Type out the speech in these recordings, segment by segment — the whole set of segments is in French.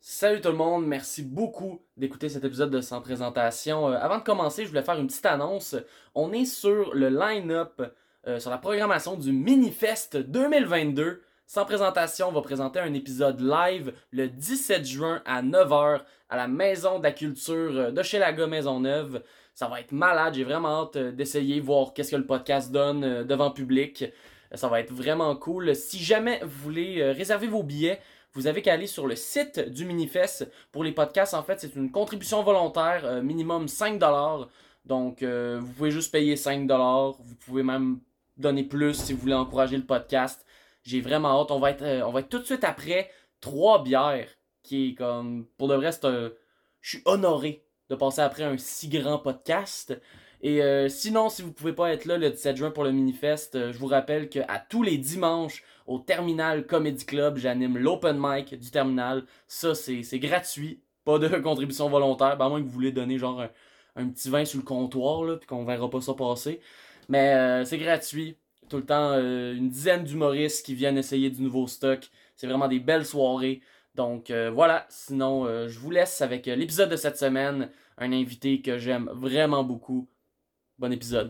Salut tout le monde, merci beaucoup d'écouter cet épisode de Sans Présentation. Avant de commencer, je voulais faire une petite annonce. On est sur le line-up, sur la programmation du Minifest 2022. Sans Présentation va présenter un épisode live le 17 juin à 9h à la Maison de la Culture de Hochelaga Maisonneuve. Ça va être malade, j'ai vraiment hâte d'essayer, voir qu'est-ce que le podcast donne devant public. Ça va être vraiment cool. Si jamais vous voulez réserver vos billets, vous avez qu'à aller sur le site du Minifest. Pour les podcasts, en fait, c'est une contribution volontaire, minimum 5$. Donc, vous pouvez juste payer 5$. Vous pouvez même donner plus si vous voulez encourager le podcast. J'ai vraiment hâte. On va être tout de suite après 3 bières, qui est comme... Pour de vrai, je suis honoré de passer après un si grand podcast. Et sinon, si vous pouvez pas être là le 17 juin pour le Minifest, je vous rappelle qu'à tous les dimanches, au Terminal Comedy Club, j'anime l'open mic du Terminal. Ça, c'est gratuit. Pas de contribution volontaire. Ben, à moins que vous voulez donner genre un petit vin sur le comptoir, là, puis qu'on verra pas ça passer. Mais c'est gratuit. Tout le temps, une dizaine d'humoristes qui viennent essayer du nouveau stock. C'est vraiment des belles soirées. Donc voilà. Sinon, je vous laisse avec l'épisode de cette semaine. Un invité que j'aime vraiment beaucoup. Bon épisode.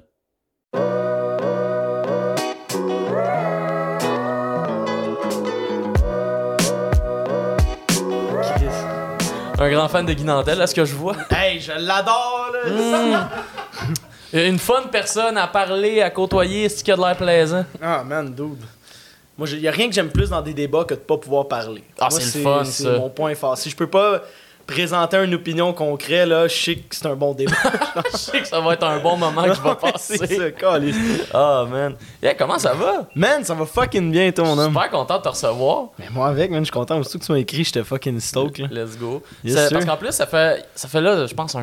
Un grand fan de Guy Nantel, à ce que je vois. Hey, je l'adore, là! Une fun personne à parler, à côtoyer, est-ce qu'il y a de l'air plaisant? Ah, man, dude. Moi, y a rien que j'aime plus dans des débats que de pas pouvoir parler. Ah, Moi, c'est le fun, c'est ça. mon point fort. Si je peux pas présenter une opinion concrète, là, je sais que c'est un bon débat. Je sais que ça va être un bon moment que je vais passer. C'est ça, câlisse. Ah, man. Yeah, comment ça va? Man, ça va fucking bien, toi, mon homme. Super content de te recevoir. Mais moi, avec, man, je suis content. Surtout que tu m'as écrit, j'étais fucking stoked, là. Let's go. Yes, Parce sir. qu'en plus, ça fait là, je pense,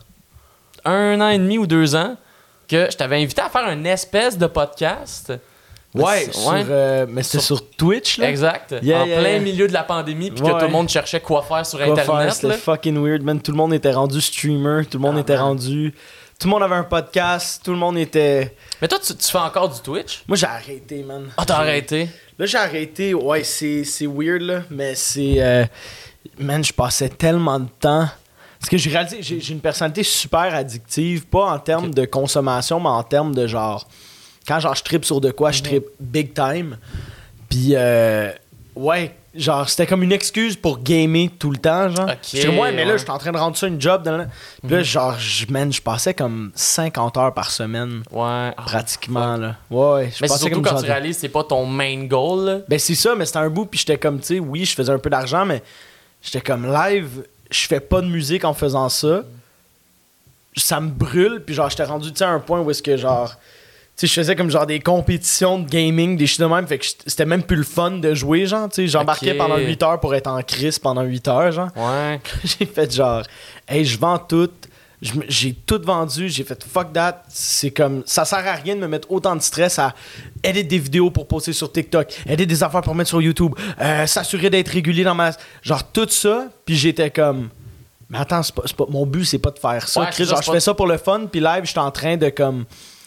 un an et demi ou 2 ans que je t'avais invité à faire une espèce de podcast. Ouais, mais c'était sur Twitch, là. Exact. Yeah, en yeah, plein yeah. milieu de la pandémie, puis que Ouais. tout le monde cherchait quoi faire sur Quoi Internet. faire, c'était Là. fucking weird, man. Tout le monde était rendu streamer, tout le monde était man. rendu... Tout le monde avait un podcast, tout le monde était... Mais toi, tu fais encore du Twitch? Moi, j'ai arrêté, man. Ah, t'as arrêté? Là, j'ai arrêté. Ouais, c'est weird, là. Mais c'est... man, je passais tellement de temps... Parce que j'ai réalisé... J'ai une personnalité super addictive. Pas en termes de consommation, mais en termes de genre... Quand genre je trippe sur de quoi, je trippe big time. Puis, ouais... Genre, c'était comme une excuse pour gamer tout le temps, genre. Ok, Je disais, ouais, mais là, ouais. je suis en train de rendre ça une job. Puis là, genre, je passais comme 50 heures par semaine, Ouais. Ah, pratiquement, là. Ouais, je mais c'est passais surtout comme quand genre tu de- réalises que c'est pas ton main goal. Là. Ben, c'est ça, mais c'était un bout, puis j'étais comme, tu sais, oui, je faisais un peu d'argent, mais j'étais comme live, je fais pas de musique en faisant ça. Ça me brûle, puis genre, j'étais rendu, tu sais, à un point où est-ce que, genre, tu sais, je faisais comme genre des compétitions de gaming, des shit de même, fait que c'était même plus le fun de jouer, genre, tu sais, j'embarquais Ok. pendant 8 heures pour être en crise pendant 8 heures, genre. Ouais. J'ai fait genre, hey, je vends tout. J'ai tout vendu, j'ai fait fuck that. C'est comme, ça sert à rien de me mettre autant de stress à éditer des vidéos pour poster sur TikTok, éditer des affaires pour mettre sur YouTube, s'assurer d'être régulier dans ma. Genre tout ça, puis j'étais comme, mais attends, c'est pas, mon but, c'est pas de faire ça. Ouais, Chris, c'est ça, genre, c'est je pas- fais ça pour le fun, puis live, j'étais en train de comme,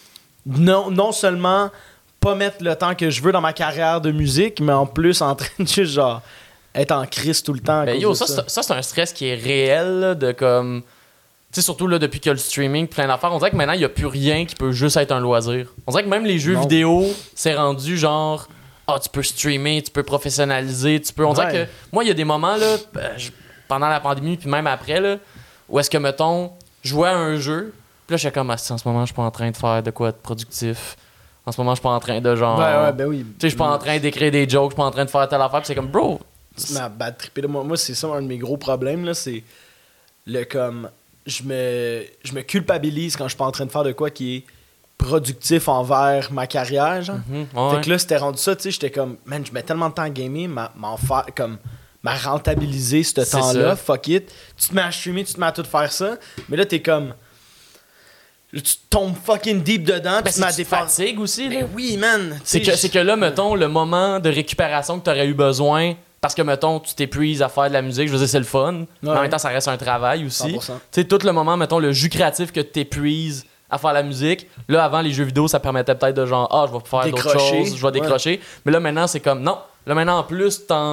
non seulement pas mettre le temps que je veux dans ma carrière de musique, mais en plus en train de juste genre être en crise tout le temps. à Ben cause yo, de ça c'est un stress qui est réel, là, de comme. Tu sais, surtout là, depuis qu'il y a le streaming, plein d'affaires, on dirait que maintenant, il n'y a plus rien qui peut juste être un loisir. On dirait que même les jeux Non. vidéo, c'est rendu genre. Ah, tu peux streamer, tu peux professionnaliser, tu peux. On dirait Ouais. que. Moi, il y a des moments, là, pendant la pandémie, puis même après, là, où est-ce que, mettons, je jouais à un jeu, puis là, je suis comme, ah, en ce moment, je suis pas en train de faire de quoi de productif. En ce moment, je suis pas en train de genre. Ouais, ben oui. Tu sais, je suis pas en train d'écrire des jokes, je suis pas en train de faire telle affaire, puis c'est comme, bro. Ma bad trippée là. Moi, c'est ça un de mes gros problèmes, là, c'est le comme je me culpabilise quand je suis pas en train de faire de quoi qui est productif envers ma carrière, genre. Ouais. Fait que là, c'était rendu ça, tu sais, j'étais comme, man, je mets tellement de temps à gamer, m'a rentabiliser ce C'est temps-là, ça. fuck it. Tu te mets à streamer, tu te mets à tout faire ça, mais là, t'es comme, là, tu tombes fucking deep dedans, Ben, tu te mets à c'est défendre. fatigue aussi, là. Ben oui, man. C'est que là, mettons, le moment de récupération que tu aurais eu besoin, parce que, mettons, tu t'épuises à faire de la musique, je veux dire, c'est le fun, mais en même temps, ça reste un travail aussi. 100%. Tu sais, tout le moment, mettons, le jus créatif que tu t'épuises à faire la musique, là, avant, les jeux vidéo, ça permettait peut-être de genre, ah, je vais faire d'autres Décrocher. choses, je vais décrocher. Mais là, maintenant, c'est comme, non. Là, maintenant, en plus,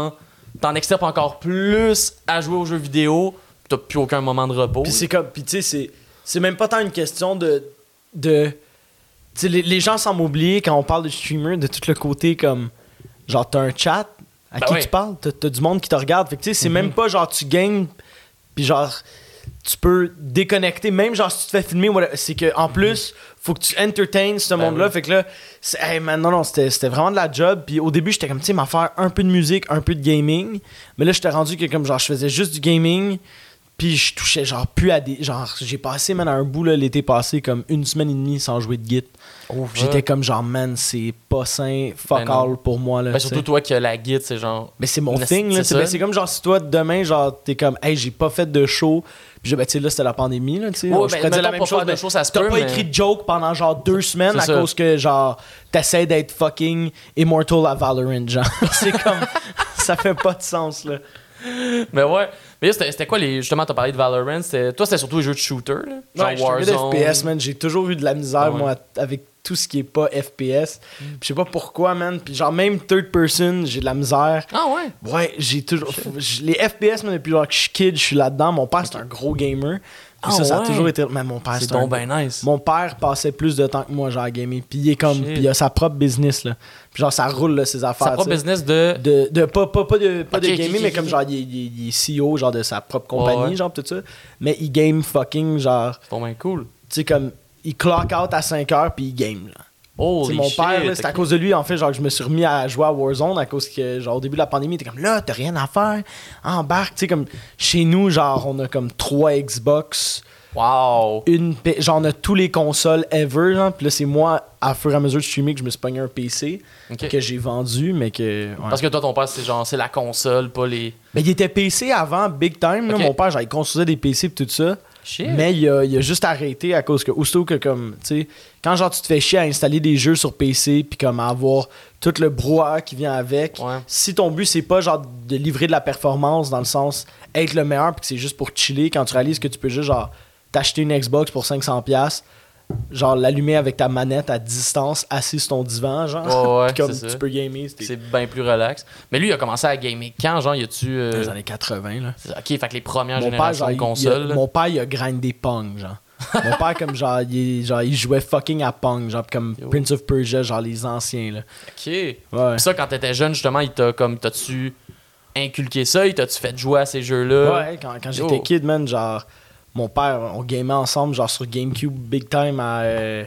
t'en extirpes encore plus à jouer aux jeux vidéo, t'as plus aucun moment de repos. Puis c'est comme, puis tu sais, c'est même pas tant une question de tu sais, les gens semblent oublier quand on parle de streamer, de tout le côté comme, genre, t'as un chat, à qui tu parles, t'as du monde qui te regarde. Fait que tu sais, c'est même pas genre tu games, puis genre, tu peux déconnecter, même genre si tu te fais filmer, c'est que en plus, faut que tu entertaines ce monde-là. Fait que là, hey man, non, c'était vraiment de la job. Puis au début, j'étais comme, tu sais, m'en faire un peu de musique, un peu de gaming. Mais là, j'étais rendu que comme genre, je faisais juste du gaming. Puis je touchais genre plus à des. Genre, j'ai passé, man, à un bout là, l'été passé, comme 1 semaine et demie sans jouer de git. J'étais comme genre, man, c'est pas sain, fuck all pour moi. Là, surtout toi qui as la git, c'est genre. Mais c'est mon thing, là. C'est comme genre, si toi, demain, genre, t'es comme, hey, j'ai pas fait de show. Puis ben, tu sais, là, c'était la pandémie, là, tu sais. Ouais, je pourrais dire la même chose. De show, ça se t'as peut, pas écrit de joke pendant genre 2 semaines à cause que, genre, t'essaies d'être fucking immortal à Valorant, genre. C'est comme. Ça fait pas de sens, là. Mais ouais. Mais là, c'était quoi les. Justement, t'as parlé de Valorant. Toi, c'était surtout les jeux de shooter, là. Genre Warzone. FPS, man. J'ai toujours eu de la misère, moi, avec tout ce qui est pas FPS. Je sais pas pourquoi, man. Puis genre, même third person, j'ai de la misère. Ah ouais? Ouais, j'ai toujours. Les FPS, man, depuis genre que je suis kid, je suis là-dedans. Mon père, c'est un gros gamer. Puis ça a toujours été. Mais mon père, c'est donc ben nice. Mon père passait plus de temps que moi, genre, à gamer. Puis il est comme. Puis il a sa propre business, là. Puis genre, ça roule, là, ses affaires. Sa propre business de. Pas de gaming, mais comme genre, il est CEO, genre, de sa propre compagnie, genre, tout ça. Mais il game fucking, genre. C'est donc ben cool. Tu sais, comme. Il clock out à 5h, puis il game, là. Holy mon shit, père, là, c'est à cause de lui, en fait, genre, que je me suis remis à jouer à Warzone à cause que, genre, au début de la pandémie, il était comme là, t'as rien à faire, embarque. Tu sais, comme chez nous, genre, on a comme 3 Xbox. Wow. Genre, on a tous les consoles ever, genre. Puis là, c'est moi, à fur et à mesure de streamer, que je me suis pogné un PC que j'ai vendu, mais que. Ouais. Parce que toi, ton père, c'est genre, c'est la console, pas les. Mais il était PC avant, big time. Là, mon père, genre, il construisait des PC et tout ça. Shit. Mais il a juste arrêté à cause que, aussitôt que, comme, tu sais, quand genre tu te fais chier à installer des jeux sur PC puis comme à avoir tout le brouhaha qui vient avec, si ton but c'est pas genre de livrer de la performance dans le sens être le meilleur puis que c'est juste pour chiller, quand tu réalises que tu peux juste genre t'acheter une Xbox pour 500$, genre l'allumer avec ta manette à distance assis sur ton divan, genre, ouais, comme tu peux gamer. C'est bien plus relax. Mais lui, il a commencé à gamer quand, genre, y a-tu... Dans les années 80, là. Ok, fait que les premières générations de consoles... Mon père, il a grindé Pong, genre. Mon père, comme genre il jouait fucking à Pong, genre comme Prince of Persia, genre les anciens, là. Ok. Ouais. Pis ça, quand t'étais jeune, justement, t'as-tu inculqué ça? T'as-tu fait jouer à ces jeux-là? Ouais, quand j'étais kid, man, genre... Mon père, on gamait ensemble, genre sur GameCube, big time à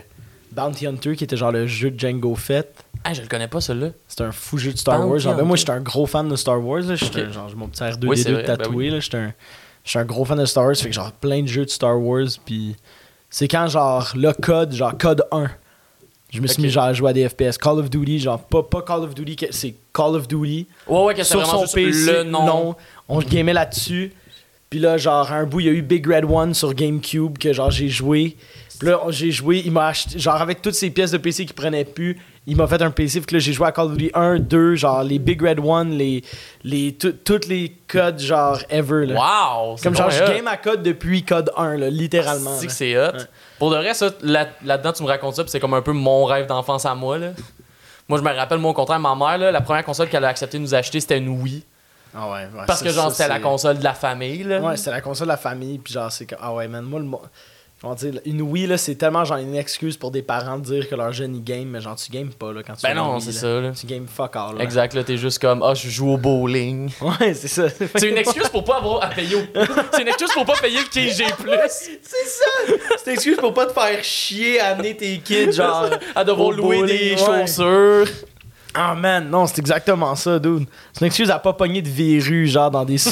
Bounty Hunter, qui était genre le jeu de Jango Fett. Ah, je le connais pas, celui-là. C'était un fou jeu de Star Wars. Genre, moi, j'étais un gros fan de Star Wars. J'étais genre, j'ai mon petit R2D2 tatoué. Là, j'étais un gros fan de Star Wars. Fait que genre, plein de jeux de Star Wars. Puis c'est quand, genre, le code, genre, code 1. Je me suis mis genre à jouer à des FPS. Call of Duty, genre, pas Call of Duty, c'est Call of Duty. Ouais, que c'est vraiment son PC, le nom. Non, on gamait là-dessus. Puis là, genre, à un bout, il y a eu Big Red One sur GameCube que, genre, j'ai joué. Puis là, j'ai joué, il m'a acheté, genre, avec toutes ces pièces de PC qu'il prenait plus, il m'a fait un PC. Puis que là, j'ai joué à Call of Duty 1, 2, genre, les Big Red One, toutes les codes, genre, ever, là. Wow! Comme, genre, je game à code depuis code 1, là, littéralement. C'est que c'est hot. Ouais. Pour de vrai, ça, là-dedans, tu me racontes ça, puis c'est comme un peu mon rêve d'enfance à moi, là. Moi, je me rappelle, moi, au contraire, ma mère, là, la première console qu'elle a accepté de nous acheter, c'était une Wii. Ah ouais, parce que genre c'était la console de la famille là. Ouais, c'était la console de la famille puis genre c'est ah ouais man, moi comment dire, une Wii là, c'est tellement genre une excuse pour des parents de dire que leur jeune il game, mais genre tu games pas là quand tu Ben non, Wii, c'est là. ça là. Tu games fuck all. Là. Exact, là t'es juste comme je joue au bowling. Ouais, c'est ça. C'est une excuse pour pas avoir à payer c'est une excuse pour pas payer le KG+. C'est ça. C'est une excuse pour pas te faire chier à amener tes kids genre à devoir louer bowling, des chaussures. Ah man, non, c'est exactement ça, dude. C'est une excuse à pas pogner de verrues, genre, dans des...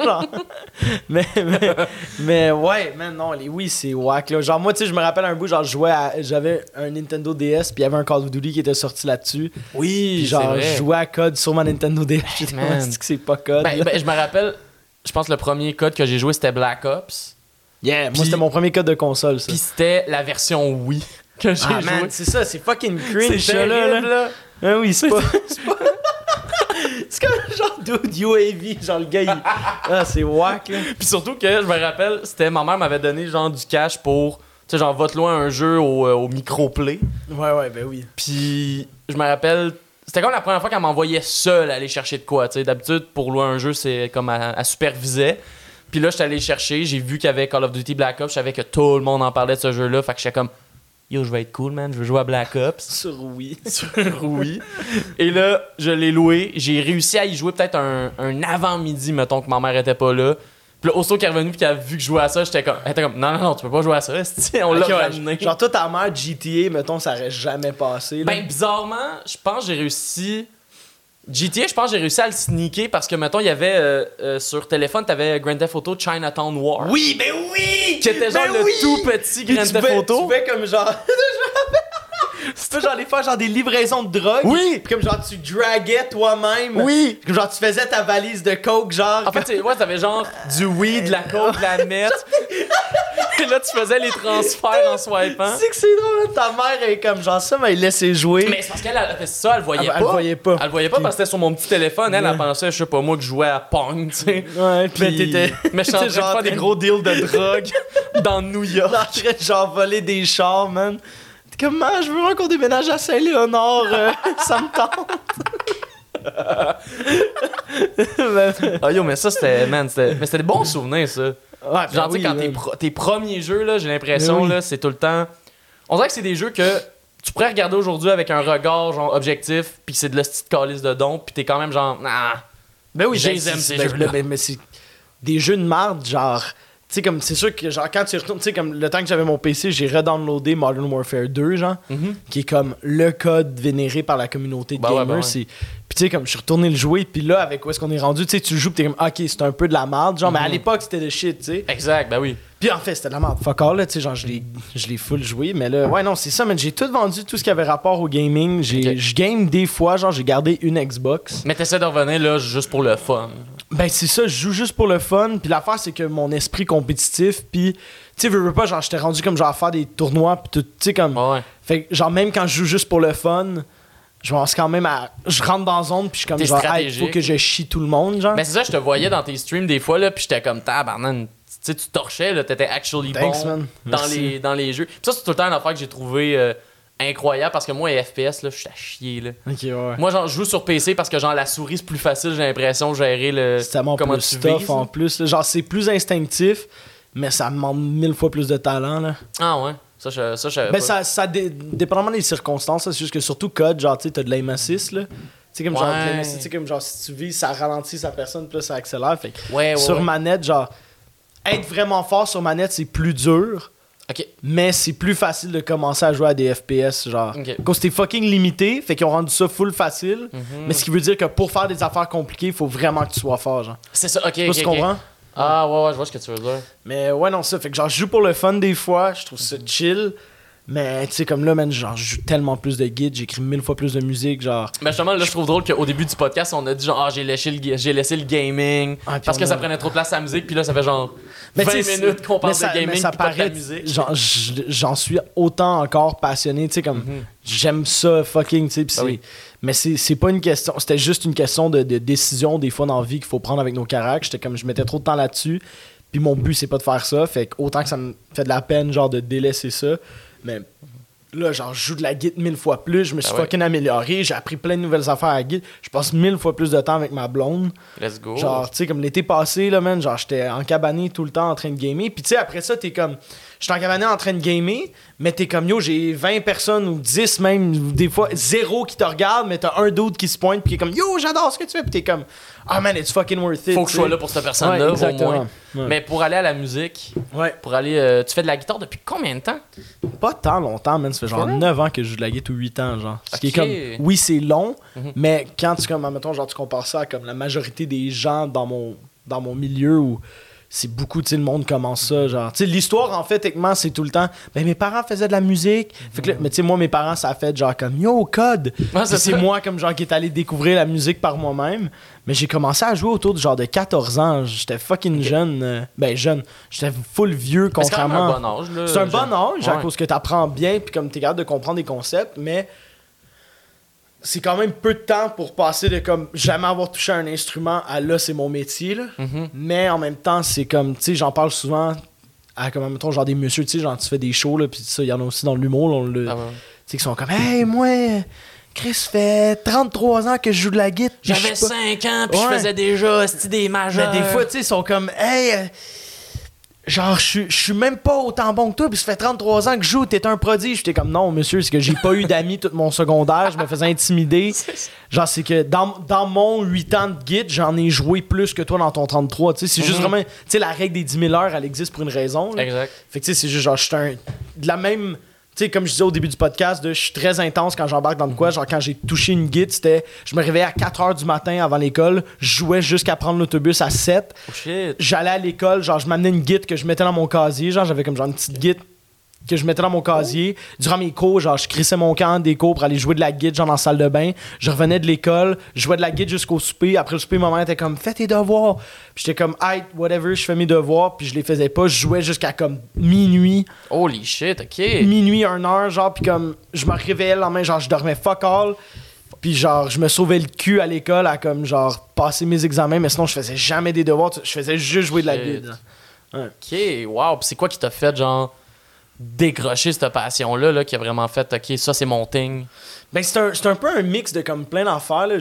mais ouais, man, non, oui, c'est whack, là. Genre, moi, tu sais, je me rappelle un bout, genre, j'avais un Nintendo DS, puis il y avait un Call of Duty qui était sorti là-dessus. Oui, puis genre, je jouais à code sur ma Nintendo DS. J'étais que c'est pas code. Je me rappelle, je pense que le premier code que j'ai joué, c'était Black Ops. Yeah, moi, c'était mon premier code de console, ça. Puis c'était la version Wii que j'ai joué. Man, c'est ça, c'est fucking cringe, c'est terrible, là. Ah oui, c'est pas... C'est comme genre dude UAV, genre le gars ah c'est whack là. Puis surtout que je me rappelle, c'était ma mère m'avait donné genre du cash pour, tu sais genre va te loin un jeu au microplay. Ouais ben oui. Puis je me rappelle C'était comme la première fois qu'elle m'envoyait seule aller chercher de quoi. T'sais. D'habitude, pour louer un jeu, c'est comme elle supervisait. Puis là, j'étais allé le chercher. J'ai vu qu'il y avait Call of Duty Black Ops. Je savais que tout le monde en parlait de ce jeu-là. Fait que j'étais comme, yo, je vais être cool, man. Je veux jouer à Black Ops. Sur Wii. Sur Wii. Et là, je l'ai loué. J'ai réussi à y jouer peut-être un avant-midi, mettons, que ma mère était pas là. Puis là, aussitôt qu'elle est revenue et qu'elle a vu que je jouais à ça, elle était comme, non, tu peux pas jouer à ça. On l'a ramené. Genre, toi, ta mère, GTA, mettons, ça aurait jamais passé. Là. Ben, bizarrement, je pense que j'ai réussi. GTA, je pense que j'ai réussi à le sneaker parce que, mettons, il y avait sur téléphone, t'avais Grand Theft Auto Chinatown War. Oui, mais oui! Qui était genre le tout petit Grand Theft Auto. Tu fais comme genre. C'était genre les faire genre des livraisons de drogue. Oui! Puis comme genre tu draguais toi-même. Oui! Comme genre tu faisais ta valise de coke, genre. En fait, ouais, t'avais genre du weed, de la coke, de la meth. Et là, tu faisais les transferts en swipant. Tu sais que c'est drôle, ta mère est comme genre ça, mais elle laissait jouer. Mais c'est parce qu'elle a fait ça, elle voyait pas. Elle voyait pas. Elle voyait pas parce que c'était sur mon petit téléphone. Elle pensait, je sais pas moi, que je jouais à Pong, tu sais. Ouais, puis mais je suis en train de faire des gros deals de drogue dans New York. En train de genre voler des chars, man. T'es comme, man, je veux vraiment qu'on déménage à Saint-Léonard, ça me tente. Ah yo, mais ça c'était, man, c'était des bons souvenirs, ça. Ouais, genre, tu sais, quand tes premiers jeux, là, j'ai l'impression, là, c'est tout le temps. On dirait que c'est des jeux que tu pourrais regarder aujourd'hui avec un regard, genre, objectif, pis c'est de la petite calice de don, pis t'es quand même genre, ben oui, je les aime ces jeux-là. Mais c'est des jeux de marde, genre. Tu sais, comme, c'est sûr que, genre, quand tu retournes, tu sais, comme, le temps que j'avais mon PC, j'ai redownloadé Modern Warfare 2, genre, qui est comme le code vénéré par la communauté de gamers. Ouais. Puis, tu sais, comme, je suis retourné le jouer, puis là, avec où est-ce qu'on est rendu, tu sais, tu le joues, pis t'es comme, ok, c'est un peu de la merde, genre, mais à l'époque, c'était de shit, tu sais. Exact, ben oui. Puis en fait, c'était de la merde. Fuck all, là, tu sais, genre, je l'ai full joué, mais là, ouais, non, c'est ça, mais j'ai tout vendu, tout ce qui avait rapport au gaming. Je game des fois, genre, j'ai gardé une Xbox. Mais t'essaies de revenir, là, juste pour le fun. Ben, c'est ça, je joue juste pour le fun. Puis l'affaire, c'est que mon esprit compétitif, puis, tu sais, veux pas, genre, j'étais rendu comme, genre, à faire des tournois, puis tout, tu sais, comme. Ouais. Fait que, genre, même quand je joue juste pour le fun, je pense quand même à. Je rentre dans la zone, puis je suis comme, genre, hey, faut que je chie tout le monde, genre. Ben, c'est ça, je te voyais dans tes streams des fois, là, puis j'étais comme, tabarnak, tu sais, tu torchais, là, t'étais actually Thanks, bon man. dans les jeux. Puis ça, c'est tout le temps une affaire que j'ai trouvé incroyable parce que moi, les FPS, là, je suis à chier, là. Ok, ouais. Moi, genre, je joue sur PC parce que, genre, la souris, c'est plus facile, j'ai l'impression, de gérer le. C'est tellement comment plus tu stuff vises, en plus. Là. Genre, c'est plus instinctif, mais ça demande 1000 fois plus de talent, là. Ah ouais? Ça, je savais Ben, pas. dépendamment des circonstances, là, c'est juste que surtout COD, genre, tu sais, t'as de l'aim assist, là. Tu sais, comme, genre, Ouais. tu sais, comme, genre, si tu vis, ça ralentit sa personne, puis là, ça accélère. Fait que Ouais, sur ouais. manette, genre, être vraiment fort sur manette, c'est plus dur, Ok. mais c'est plus facile de commencer à jouer à des FPS, genre. Ok. Parce que t'es fucking limité, fait qu'ils ont rendu ça full facile, mais ce qui veut dire que pour faire des affaires compliquées, il faut vraiment que tu sois fort, genre. C'est ça, ok. Je sais pas si tu comprends? Ah ouais, je vois ce que tu veux dire. Mais ouais, non, ça. Fait que genre, je joue pour le fun des fois, je trouve ça chill. Mais tu sais, comme là, man, genre, je joue tellement plus de guides, j'écris 1000 fois plus de musique, genre. Ben justement, là, je trouve drôle qu'au début du podcast, on a dit genre, j'ai laissé le gaming Ah, parce que ça prenait trop de place à la musique, puis là, ça fait genre 20 minutes qu'on parle de gaming, ça puis pas de la paraît, musique. genre, j'en suis autant encore passionné, tu sais, comme, j'aime ça fucking, tu sais, pis c'est. Ah oui. Mais c'est pas une question, c'était juste une question de décision, des fois, dans la vie qu'il faut prendre avec nos caractères. J'étais comme, je mettais trop de temps là-dessus, puis mon but, c'est pas de faire ça, fait que autant que ça me fait de la peine, genre, de délaisser ça. Mais là, genre, je joue de la guitare 1000 fois plus, je me suis fucking amélioré, j'ai appris plein de nouvelles affaires à la guitare, je passe 1000 fois plus de temps avec ma blonde. Let's go. Genre, tu sais, comme l'été passé, là, man, genre, j'étais en cabané tout le temps en train de gamer. Puis, tu sais, après ça, t'es comme, j'étais en cabané en train de gamer, mais t'es comme, yo, j'ai 20 personnes ou 10 même, ou des fois, 0 qui te regarde, mais t'as un dude qui se pointe, puis qui est comme, yo, j'adore ce que tu fais. Puis t'es comme, ah, man, it's fucking worth it. Faut que je sois là pour cette personne-là, Ouais, au exactement. moins. Ouais. Mais pour aller à la musique, Ouais. pour aller. Tu fais de la guitare depuis combien de temps? Pas tant longtemps, man. Ça fait genre Ouais. 9 ans que je joue de la guitare ou 8 ans, genre. Ce qui est Ok. comme, oui, c'est long, mais quand tu, comme, admettons, genre, tu compares ça à comme la majorité des gens dans mon milieu où c'est beaucoup, tu sais, le monde commence ça, genre. Tu sais, l'histoire, en fait, techniquement, c'est tout le temps, ben, mes parents faisaient de la musique. Fait que là, mais tu sais, moi, mes parents, ça a fait genre comme, yo, code. Ouais, c'est C'est ça. moi, comme, genre, qui est allé découvrir la musique par moi-même. Mais j'ai commencé à jouer autour de genre de 14 ans. J'étais fucking jeune. Ben, jeune. J'étais full vieux, Mais c'est quand même contrairement. un bon âge, là. C'est un bon âge à Ouais. cause que t'apprends bien puis comme t'es capable de comprendre des concepts, mais c'est quand même peu de temps pour passer de comme jamais avoir touché à un instrument à là c'est mon métier là. Mais en même temps c'est comme tu sais j'en parle souvent à comme mettons genre des messieurs tu sais genre tu fais des shows là puis ça il y en a aussi dans l'humour là, Ah ouais. tu sais qui sont comme hey moi Chris, fait 33 ans que je joue de la guitare. J'avais 5 ans, puis je faisais déjà des majeurs. Mais des fois, tu sais, ils sont comme, hey, genre, je suis même pas autant bon que toi, puis ça fait 33 ans que je joue, t'es un prodige. J'étais comme, non, monsieur, c'est que j'ai pas eu d'amis tout mon secondaire, je me faisais intimider. Genre, c'est que dans mon 8 ans de guide, j'en ai joué plus que toi dans ton 33. Tu sais, c'est juste vraiment, tu sais, la règle des 10 000 heures, elle existe pour une raison. Là. Exact. Fait que, tu sais, c'est juste, genre, je suis de la même. Tu sais, comme je disais au début du podcast, je suis très intense quand j'embarque dans de quoi. Genre, quand j'ai touché une guide, je me réveillais à 4h du matin avant l'école. Je jouais jusqu'à prendre l'autobus à 7. Oh shit. J'allais à l'école, genre, je m'amenais une guide que je mettais dans mon casier. Genre, j'avais comme genre une petite guide que je mettais dans mon casier. Durant mes cours, genre, je crissais mon camp des cours pour aller jouer de la guide, genre, dans la salle de bain. Je revenais de l'école, je jouais de la guide jusqu'au souper. Après le souper, ma mère était comme, fais tes devoirs. Puis j'étais comme, hey, whatever, je fais mes devoirs. Puis je les faisais pas. Je jouais jusqu'à comme minuit. Holy shit, ok. Minuit, 1h, genre, puis comme, je me réveillais le lendemain, genre, je dormais fuck all. Puis genre, je me sauvais le cul à l'école à comme, genre, passer mes examens. Mais sinon, je faisais jamais des devoirs. Je faisais juste jouer de la guide. Ouais. Ok, wow. Puis c'est quoi qui t'a fait, genre, décrocher cette passion-là, là, qui a vraiment fait, ok, ça c'est mon thing? Ben, c'est un peu un mix de comme plein d'affaires, là.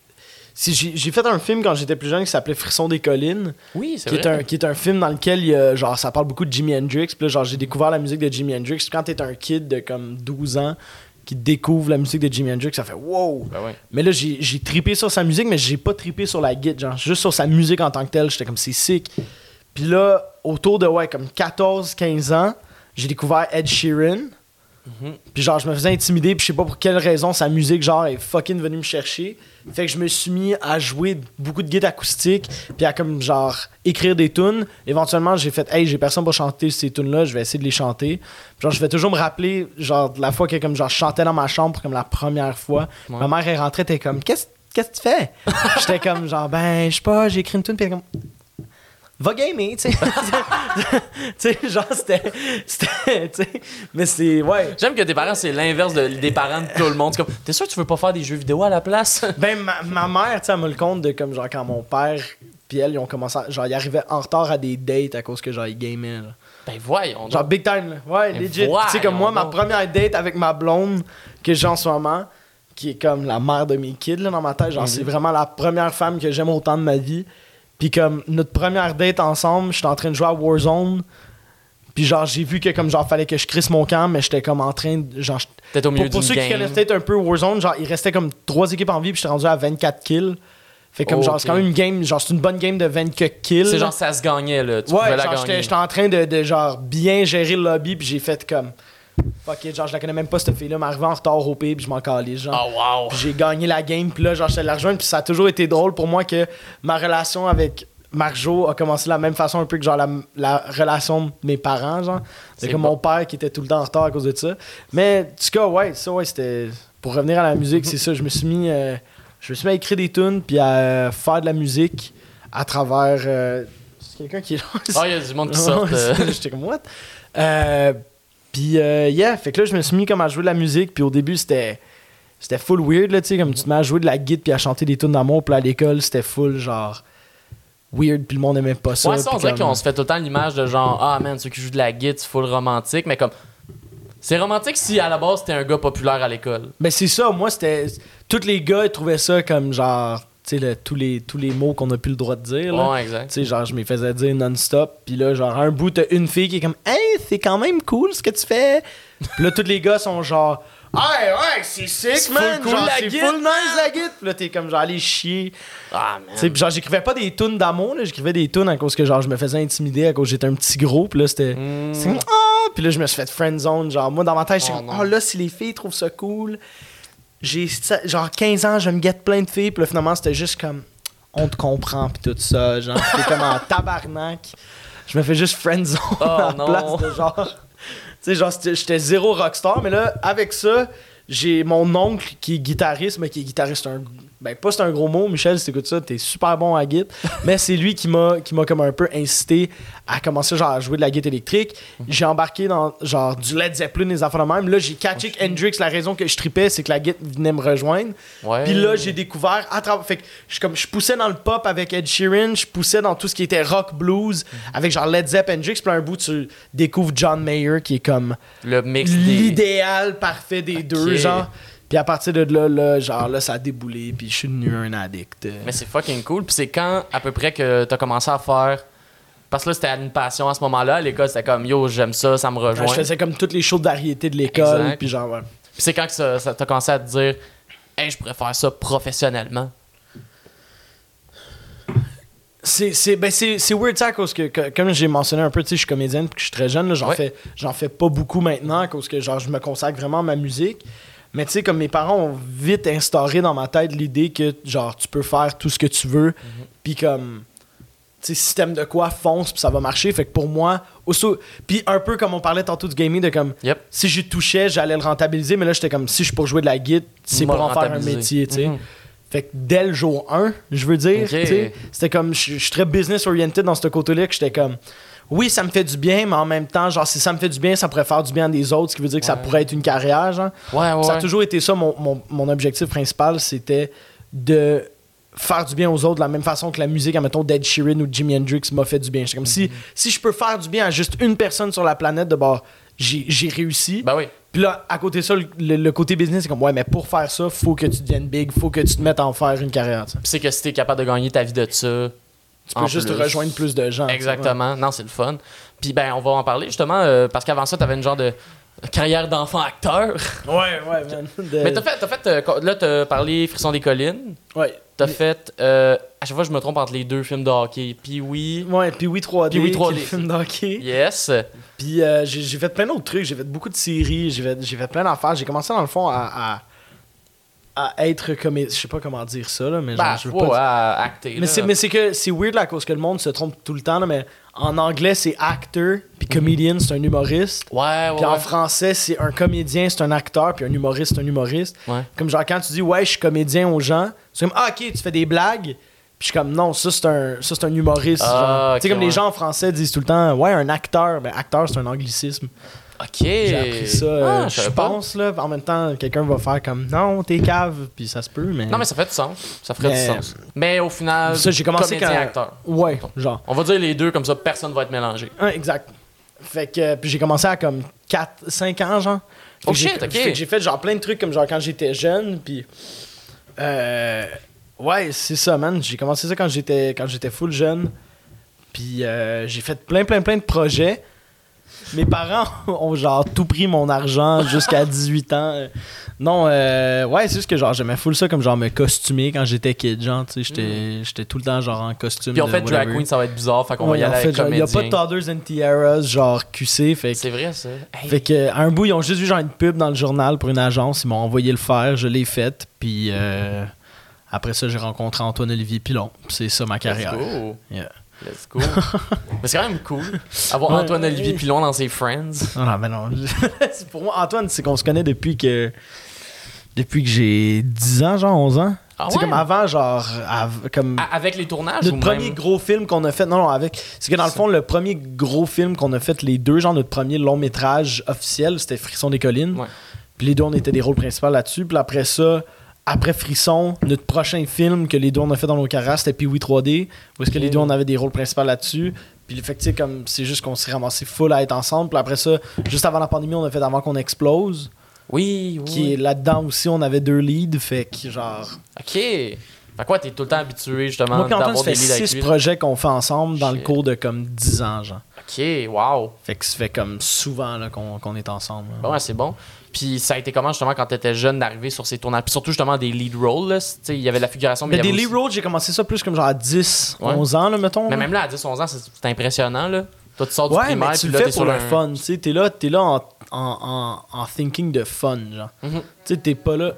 J'ai fait un film quand j'étais plus jeune qui s'appelait Frisson des collines. Oui, c'est vrai. Qui est un film dans lequel il y a, genre, ça parle beaucoup de Jimi Hendrix. Puis là, genre, j'ai découvert la musique de Jimi Hendrix. Quand t'es un kid de comme 12 ans qui découvre la musique de Jimi Hendrix, ça fait wow! Ben oui. Mais là, j'ai trippé sur sa musique, mais j'ai pas trippé sur la guitare. Genre, juste sur sa musique en tant que telle, j'étais comme c'est sick. Puis là, autour de comme 14-15 ans, j'ai découvert Ed Sheeran. Puis genre, je me faisais intimider, puis je sais pas pour quelle raison sa musique, genre, est fucking venue me chercher. Fait que je me suis mis à jouer beaucoup de guitare acoustique, puis à comme, genre, écrire des tunes. Éventuellement, j'ai fait, hey, j'ai personne pour chanter ces tunes-là, je vais essayer de les chanter. Puis genre, je vais toujours me rappeler, genre, de la fois que, comme, genre, je chantais dans ma chambre, comme la première fois. Ouais. Ma mère, elle rentrait, elle était comme, qu'est-ce que tu fais? J'étais comme, genre, ben, je sais pas, j'ai écrit une tune, puis elle comme, va gamer, tu sais. Tu sais, genre, c'était, tu sais. Mais c'est, ouais. J'aime que tes parents, c'est l'inverse des parents de tout le monde. C'est comme, t'es sûr que tu veux pas faire des jeux vidéo à la place? Ben, ma mère, tu sais, elle me le compte de comme, genre, quand mon père puis elle, ils ont commencé genre, ils arrivaient en retard à des dates à cause que, genre, ils gamaient, là. Ben, voyons. Genre, big time, là. Ouais, ben legit. Tu sais, comme moi, ma première date avec ma blonde que j'ai en ce moment, qui est comme la mère de mes kids, là, dans ma tête, genre, c'est vraiment la première femme que j'aime autant de ma vie. Puis comme notre première date ensemble, j'étais en train de jouer à Warzone. Puis genre j'ai vu que comme genre fallait que je crisse mon camp, mais j'étais comme en train de genre peut-être au milieu pour ceux qui connaissent peut-être un peu Warzone, genre il restait comme 3 équipes en vie, puis j'étais rendu à 24 kills. Fait comme genre c'est quand même une game, genre c'est une bonne game de 24 kills. C'est genre ça se gagnait là, tu ouais, pouvais la genre gagner. J'étais en train de genre bien gérer le lobby, puis j'ai fait comme fuck it, genre je la connais même pas cette fille-là, m'arrivait en retard au P, puis je m'en calais genre. Oh wow. Puis j'ai gagné la game, puis là genre j'étais la rejoindre, puis ça a toujours été drôle pour moi que ma relation avec Marjo a commencé de la même façon un peu que genre la relation de mes parents, genre. C'est comme mon père qui était tout le temps en retard à cause de ça. Mais en tout cas, ouais, ça ouais, c'était pour revenir à la musique, c'est ça, je me suis mis à écrire des tunes puis à faire de la musique à travers c'est quelqu'un qui est là. Ah, il y a du monde qui sort. J'étais comme what? Puis yeah, fait que là je me suis mis comme à jouer de la musique, puis au début c'était full weird là, tu sais, comme tu te mets à jouer de la guitare puis à chanter des tunes d'amour, puis à l'école, c'était full genre weird, puis le monde aimait pas ça. Ouais, ça, on dirait qu'on se fait tout le temps l'image de genre, ah man, ceux qui jouent de la guitare, c'est full romantique, mais comme, c'est romantique si à la base t'es un gars populaire à l'école. Ben c'est ça, moi c'était. Tous les gars ils trouvaient ça comme genre, tu sais, tous les mots qu'on a plus le droit de dire. Là. Ouais, exact. Tu sais, genre, je me faisais dire non-stop, puis là, genre, à un bout, t'as une fille qui est comme, hey, c'est quand même cool ce que tu fais. Puis là, tous les gars sont genre, hey, ouais, c'est sick, man. Cool, genre, la c'est guitare, full nice la guitare. Puis là, t'es comme, genre, allez chier. Ah, man. Tu sais, genre, j'écrivais pas des tunes d'amour, là, j'écrivais des tunes à cause que, genre, je me faisais intimider à cause que j'étais un petit gros, puis là, c'était. C'est comme, ah! Puis là, je me suis fait friendzone. Genre, moi, dans ma tête, j'étais comme, oh là, si les filles trouvent ça cool, j'ai genre 15 ans, je me guette plein de filles, puis là, finalement, c'était juste comme, on te comprend, puis tout ça. Genre, t'es comme en tabarnak. Je me fais juste friendzone à la place de genre. Tu sais, genre, j'étais zéro rockstar, mais là, avec ça, j'ai mon oncle qui est guitariste, mais qui est guitariste, ben pas c'est un gros mot, Michel, si t'écoutes ça, t'es super bon à la guitare, mais c'est lui qui m'a comme un peu incité à commencer genre à jouer de la guitare électrique. J'ai embarqué dans genre du Led Zeppelin, des affaires de même. Là, j'ai catché Hendrix, la raison que je tripais, c'est que la guitare venait me rejoindre. Ouais. Puis là, j'ai découvert à travers, fait que je poussais dans le pop avec Ed Sheeran, je poussais dans tout ce qui était rock blues avec genre Led Zeppelin, Hendrix, puis un bout tu découvres John Mayer qui est comme le mix l'idéal parfait des deux, genre. Puis à partir de là, genre là, ça a déboulé, puis je suis devenu un addict. Mais c'est fucking cool. Puis c'est quand, à peu près, que t'as commencé à faire... Parce que là, c'était une passion à ce moment-là. À l'école, c'était comme, yo, j'aime ça, ça me rejoint. Je faisais comme toutes les shows de variété de l'école, Exact. puis genre, ouais. Puis c'est quand que ça t'as commencé à te dire, hey, je pourrais faire ça professionnellement. C'est weird ça à cause que comme j'ai mentionné un peu, tu sais, je suis comédienne puis que je suis très jeune, là, j'en fais pas beaucoup maintenant à cause que genre je me consacre vraiment à ma musique. Mais tu sais, comme mes parents ont vite instauré dans ma tête l'idée que genre tu peux faire tout ce que tu veux, puis comme tu sais, système de quoi fonce puis ça va marcher. Fait que pour moi, puis un peu comme on parlait tantôt du gaming de comme Yep. si j'y touchais, j'allais le rentabiliser, mais là j'étais comme si je suis pour jouer de la guitare, c'est pour en faire un Rentabiliser. métier, tu sais. Fait que dès le jour 1, je veux dire, Ok. tu sais, c'était comme, je suis très business-oriented dans ce côté-là, que j'étais comme, oui, ça me fait du bien, mais en même temps, genre, si ça me fait du bien, ça pourrait faire du bien à des autres, ce qui veut dire que ça pourrait être une carrière, genre. Ouais. Ça a toujours été ça, mon objectif principal, c'était de faire du bien aux autres de la même façon que la musique, admettons, d'Ed Sheeran ou de Jimi Hendrix m'a fait du bien. J'étais comme, si je peux faire du bien à juste une personne sur la planète, d'abord, j'ai réussi. Ben oui. Puis là, à côté de ça, le côté business, c'est comme, ouais, mais pour faire ça, faut que tu deviennes big, faut que tu te mettes à en faire une carrière, tu sais. Puis c'est que si t'es capable de gagner ta vie de ça. Tu peux juste rejoindre plus de gens. Exactement. Non, c'est le fun. Puis ben, on va en parler justement, parce qu'avant ça, t'avais une genre de carrière d'enfant acteur. Ouais, man. Mais t'as fait là, t'as parlé Frisson des collines. Ouais. T'as fait, à chaque fois, je me trompe entre les deux films de hockey. Puis oui. Ouais, puis oui 3D, Puis oui 3D. qui est le film d'hockey. Yes. Puis j'ai fait plein d'autres trucs. J'ai fait beaucoup de séries. J'ai fait plein d'affaires. J'ai commencé, dans le fond, à être comme... Je sais pas comment dire ça, là, mais genre, je veux pas... acter. Mais c'est que c'est weird là, à cause que le monde se trompe tout le temps, là, mais en anglais, c'est actor, puis comedian, c'est un humoriste. Ouais. Puis en français, c'est un comédien, c'est un acteur, puis un humoriste, c'est un humoriste. Ouais. Comme genre, quand tu dis, ouais, je suis comédien aux gens, c'est comme, ah, ok, tu fais des blagues. Puis je suis comme, non, ça, c'est un humoriste. Ah, tu sais, ok, comme les ouais. gens en français disent tout le temps, ouais, un acteur. Ben, acteur, c'est un anglicisme. Ok. J'ai appris ça, Je je savais pas. pense, là. En même temps, quelqu'un va faire comme, non, t'es cave, puis ça se peut, mais. Non, mais ça fait du sens. Ça ferait Mais- du sens. Mais au final, Ça, j'ai commencé comédien, quand. acteur. Ouais, genre. On va dire les deux, comme ça, personne va être mélangé. Exact. Fait que, puis j'ai commencé à comme 5 ans, genre. Fait Oh que j'ai- shit, ok. Fait que j'ai fait genre plein de trucs comme genre quand j'étais jeune, puis. Ouais, c'est ça, man. J'ai commencé ça quand j'étais full jeune. Puis j'ai fait plein de projets. Mes parents ont genre tout pris mon argent jusqu'à 18 ans. Non, ouais, c'est juste que genre j'aimais full ça comme genre me costumer quand j'étais kid, genre, tu sais, j'étais tout le temps genre en costume. Puis on de fait drag whatever. queen, ça va être bizarre, fait qu'on va Ouais, y en aller fait, avec genre, il y a comédien. pas de Toddlers and Tiaras genre QC, fait que C'est vrai, ça. Hey. fait que, à un bout, ils ont juste vu genre une pub dans le journal pour une agence. Ils m'ont envoyé le faire, je l'ai faite. Puis après ça, j'ai rencontré Antoine-Olivier Pilon. C'est ça ma carrière. Let's go. Yeah. Let's go. Mais c'est quand même cool. Avoir Ouais. Antoine-Olivier Pilon dans ses Friends. Non, mais non. C'est pour moi, Antoine, c'est qu'on se connaît depuis que j'ai 10 ans, genre 11 ans. Ah Tu sais, ouais? comme avant, genre, comme... Avec les tournages Notre ou premier même... gros film qu'on a fait, non, avec. C'est que dans le fond, le premier gros film qu'on a fait, les deux, genre notre premier long métrage officiel, c'était Frisson des collines. Ouais. Puis les deux, on était des rôles principaux là-dessus. Puis après ça, après Frisson, notre prochain film que les deux on a fait dans nos carrières, c'était Pee-Wee 3D, où est-ce que les deux on avait des rôles principaux là-dessus. Puis fait que, tu sais, comme c'est juste qu'on s'est ramassé full à être ensemble. Puis après ça, juste avant la pandémie, on a fait Avant qu'on explose, Oui. qui est là-dedans aussi, on avait 2 leads. Fait que genre. OK. Fait quoi, t'es tout le temps habitué, justement, Moi, puis Antoine, d'avoir ça des fait leads avec 6 lui. projets qu'on fait ensemble dans le Shit. cours de comme 10 ans, genre. OK, wow. Fait que ça fait comme souvent là, qu'on est ensemble. là. Ouais, c'est bon. Puis ça a été comment, justement, quand t'étais jeune, d'arriver sur ces tournages? Puis surtout, justement, des lead roles, là. Tu sais, il y avait la figuration, mais Mais il y des avait lead aussi- roles, j'ai commencé ça plus comme genre à 10, Ouais. 11 ans, là, mettons. Mais là. même là, à 10, 11 ans, c'est impressionnant, là. Toi, tu sors du Ouais, primaire, mais tu puis le là, fais t'es pour sur le un... fun, tu sais. T'es là en thinking de fun, genre. Mhm. Tu sais, t'es pas là...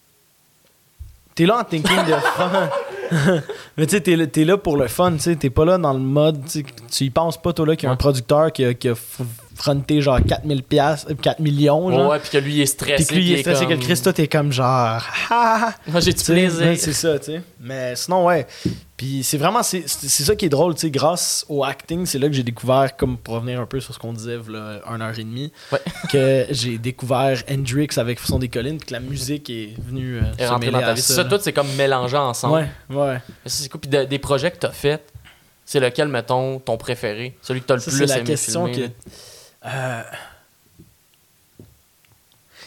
T'es là en thinking de fun. Mais tu sais, t'es là pour le fun, tu sais. T'es pas là dans le mode... Tu y penses pas, toi, là, qu'il y a un Ouais. producteur qui a fronté genre 4 millions, genre. Ouais, puis que lui, il est stressé. Puis que lui, il est stressé, comme... que le Christ, toi, t'es comme genre... Ah! Moi, j'ai du Tu sais, plaisir. ouais, c'est ça, tu sais. Mais sinon, ouais. Puis c'est vraiment, c'est ça qui est drôle, tu sais. Grâce au acting, c'est là que j'ai découvert, comme pour revenir un peu sur ce qu'on disait, là, 1h30, Ouais. que j'ai découvert Hendrix avec Frisson des collines, puis que la musique est venue Et se rentrer mêler dans ta à vie. ça. Ça, là. tout, c'est comme mélangé ensemble. Ouais, ouais. Mais ça, c'est cool. Puis des projets que t'as fait, c'est lequel, mettons, ton préféré? Celui que t'as le Ça, plus c'est la aimé question filmer, que... là?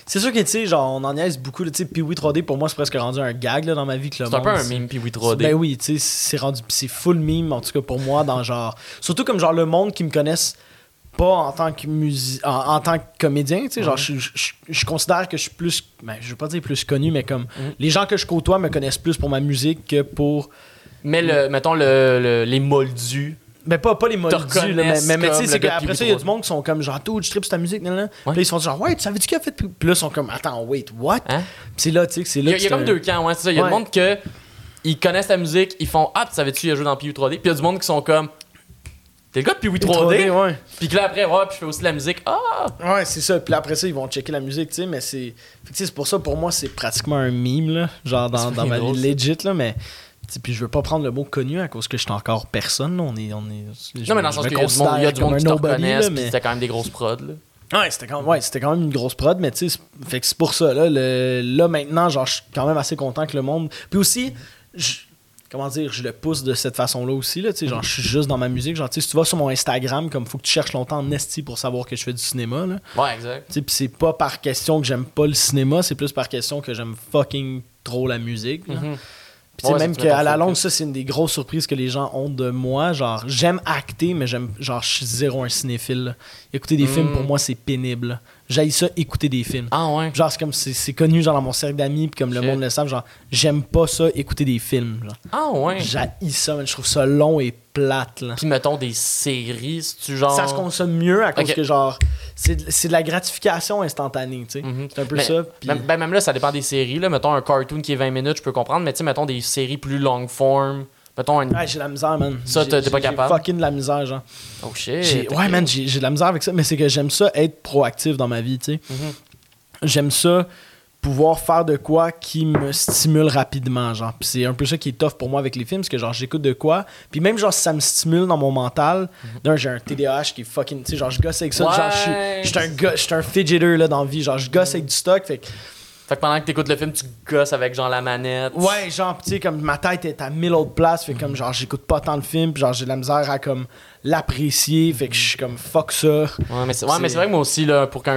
C'est sûr que, tu sais, genre, on en niaise beaucoup. Tu sais, Pee-Wee 3D, pour moi, c'est presque rendu un gag là, dans ma vie. Que le C'est un peu monde, un meme Pee-Wee 3D. Ben oui, tu sais, c'est rendu. C'est full meme, en tout cas pour moi, dans genre. Surtout comme genre le monde qui me connaisse pas en tant que en tant que comédien, tu sais, genre, je considère que je suis plus. Ben, je veux pas dire plus connu, mais comme. Les gens que je côtoie me connaissent plus pour ma musique que pour. Mais mettons les moldus. Mais pas les moldus, là, mais tu sais, c'est qu'après ça, il y a du monde. monde qui sont comme genre, tout, je tripe sur ta musique, là. Ouais. Puis là, ils sont genre, ouais, tu savais-tu qu'il a fait. Puis là, ils sont comme, attends, wait, what? Hein? Puis c'est là, tu sais, que c'est là. Il y a comme deux camps, ouais, c'est ça. Il y a du monde que ils connaissent la musique, ils font ah, tu savais-tu il a joué dans Pee-Wee 3D? Puis il y a du monde qui sont comme t'es le gars de Pee-Wee 3D? Ouais. Puis que là après, ouais, puis je fais aussi de la musique. Ah! Ouais, c'est ça. Puis là, après ça, ils vont checker la musique, tu sais, mais c'est. Fait que, tu sais, c'est pour ça, pour moi, c'est pratiquement un meme, là. Genre dans ma drôle, vie legit, là, mais. Puis je veux pas prendre le mot connu à cause que je suis encore personne, là. On est Non, mais dans le sens qu'il y a du monde qui te reconnaissent, puis c'était quand même des grosses prods, là. Ouais, c'était quand même une grosse prod, mais tu sais, fait que c'est pour ça, là. Là, maintenant, genre, je suis quand même assez content que le monde. Puis aussi, comment dire, je le pousse de cette façon-là aussi, là, tu sais, genre, je suis juste dans ma musique. Genre, tu sais, si tu vas sur mon Instagram, comme faut que tu cherches longtemps en esti pour savoir que je fais du cinéma, là. Ouais, exact. Tu sais, pis c'est pas par question que j'aime pas le cinéma, c'est plus par question que j'aime fucking trop la musique, là. Puis tu sais, même qu'à la longue, ça, c'est une des grosses surprises que les gens ont de moi. Genre, j'aime acter, mais genre, je suis zéro un cinéphile, là. Écouter des films, pour moi, c'est pénible. J'haïs ça, écouter des films. Ah ouais? Genre, c'est comme, c'est connu, genre, dans mon cercle d'amis, puis comme le monde le savent, genre, j'aime pas ça, écouter des films, genre. Ah ouais? J'haïs ça, mais je trouve ça long et plate, là. Puis mettons des séries, si tu genre... Ça se consomme mieux à cause Ok. que, genre, c'est de la gratification instantanée, tu sais. C'est un peu ça. Puis... Même là, ça dépend des séries, là. Mettons un cartoon qui est 20 minutes, je peux comprendre, mais tu sais, mettons des séries plus long form. Mettons un... Ouais, j'ai de la misère, man. Ça, t'es pas capable? J'ai fucking de la misère, genre. Oh shit. Ouais, man, j'ai de la misère avec ça, mais c'est que j'aime ça être proactif dans ma vie, tu sais. J'aime ça pouvoir faire de quoi qui me stimule rapidement, genre. Puis c'est un peu ça qui est tough pour moi avec les films, parce que genre j'écoute de quoi, puis même genre si ça me stimule dans mon mental, d'un j'ai un TDAH qui est fucking, tu sais, genre je gosse avec ça, Ouais. genre je suis un fidgeter là dans la vie, genre je gosse avec du stock, fait que Fait que pendant que t'écoutes le film, tu gosses avec genre la manette. ouais, genre, tu sais, comme ma tête est à 1000 autres places, fait comme genre j'écoute pas tant le film, puis genre j'ai de la misère à comme l'apprécier, fait que je suis comme fuck ça. Ouais, mais c'est vrai que moi aussi, là, pour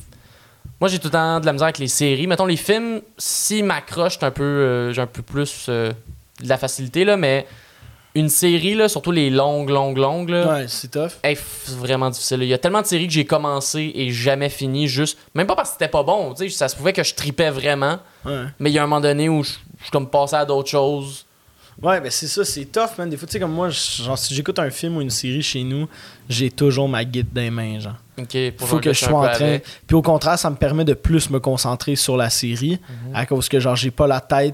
moi, j'ai tout le temps de la misère avec les séries. Mettons, les films, s'ils m'accrochent, j'ai un peu plus de la facilité, là, mais une série, là, surtout les longues, là, Ouais, c'est tough. c'est vraiment difficile. Il y a tellement de séries que j'ai commencé et jamais fini, juste... Même pas parce que c'était pas bon, tu sais, ça se pouvait que je tripais vraiment, Ouais. mais il y a un moment donné où je suis comme passé à d'autres choses. Ouais, ben c'est ça, c'est tough, man. Des fois, tu sais, comme moi, genre, si j'écoute un film ou une série chez nous, j'ai toujours ma guide dans les mains, genre. OK, pour Faut genre que je gosser sois un en peu train. avec. Puis au contraire, ça me permet de plus me concentrer sur la série, à cause que, genre, j'ai pas la tête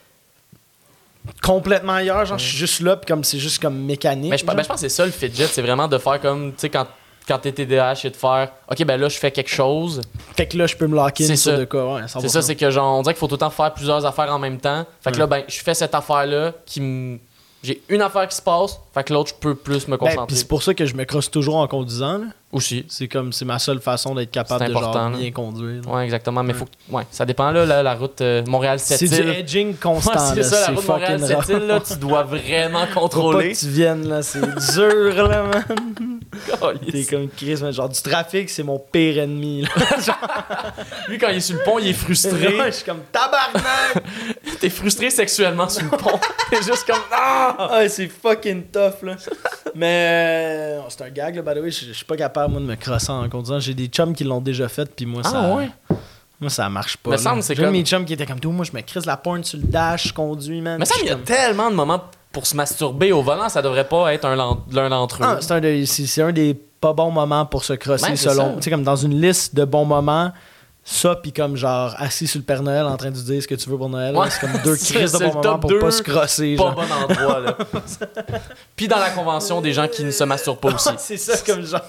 complètement ailleurs, genre, je suis juste là, puis comme c'est juste comme mécanique. Mais je pense que c'est ça le fidget, c'est vraiment de faire comme, tu sais, quand t'es TDAH, c'est de faire, OK, ben là, je fais quelque chose. Fait que là, je peux me lock in C'est sur ça. de quoi, ouais, C'est ça, c'est que genre, on dirait qu'il faut tout le temps faire plusieurs affaires en même temps. Fait que là, ben, je fais cette affaire-là j'ai une affaire qui se passe, fait que l'autre, je peux plus me Ben, concentrer. puis c'est pour ça que je me crosse toujours en conduisant, là. Aussi. C'est comme, c'est ma seule façon d'être capable C'est de genre important, là. bien conduire. là. Ouais, exactement. Mais faut que... Ouais, ça dépend, là, la route C'est Montréal-Sept-Îles. du edging constant, Ouais, c'est là. ça, la C'est route fucking rough. Montréal-Sept-Îles, là, tu dois vraiment Faut pas contrôler. que tu viennes, là, c'est dur, là, man. T'es Calisse. comme Chris, man. Genre, du trafic, c'est mon pire ennemi, là. Lui, quand il est sur le pont, il est frustré. Ouais, je suis comme tabarnak! T'es frustré sexuellement sur le pont. T'es juste comme... Ah! Ouais, c'est fucking tough, là. Mais c'est un gag, là, by the way. Je suis pas capable, moi, de me crosser en conduisant. J'ai des chums qui l'ont déjà fait, puis moi, ça... ouais? Moi, ça marche pas. Me là. semble, c'est J'ai un de comme- mes chums qui était comme tout. Moi, je me crisse la pointe sur le dash, je conduis, man. Mais ça, il y a tellement de moments pour se masturber au volant, ça devrait pas être l'un d'entre eux. Ah, c'est un des pas bons moments pour se crosser, Ouais, c'est selon. ça. Tu sais, comme dans une liste de bons moments, ça, puis comme genre assis sur le Père Noël en train de dire ce que tu veux pour Noël. Ouais, là, c'est comme deux c'est crises de le bons moments top pour 2, pas se crosser. Pas Genre. bon endroit, là. Puis dans la convention, des gens qui ne se masturbent pas aussi. C'est ça, comme genre.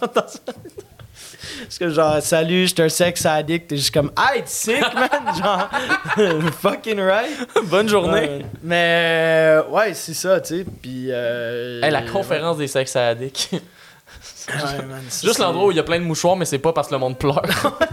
C'est comme genre, salut, je suis un sex addict. T'es juste comme, hey, t'es sick, man. Genre, fucking right. Bonne journée. Ouais. Mais, ouais, c'est ça, tu sais. Puis. Hey, la conférence des sex addicts. Ouais, man, ça, Juste l'endroit où il y a plein de mouchoirs, mais c'est pas parce que le monde pleure.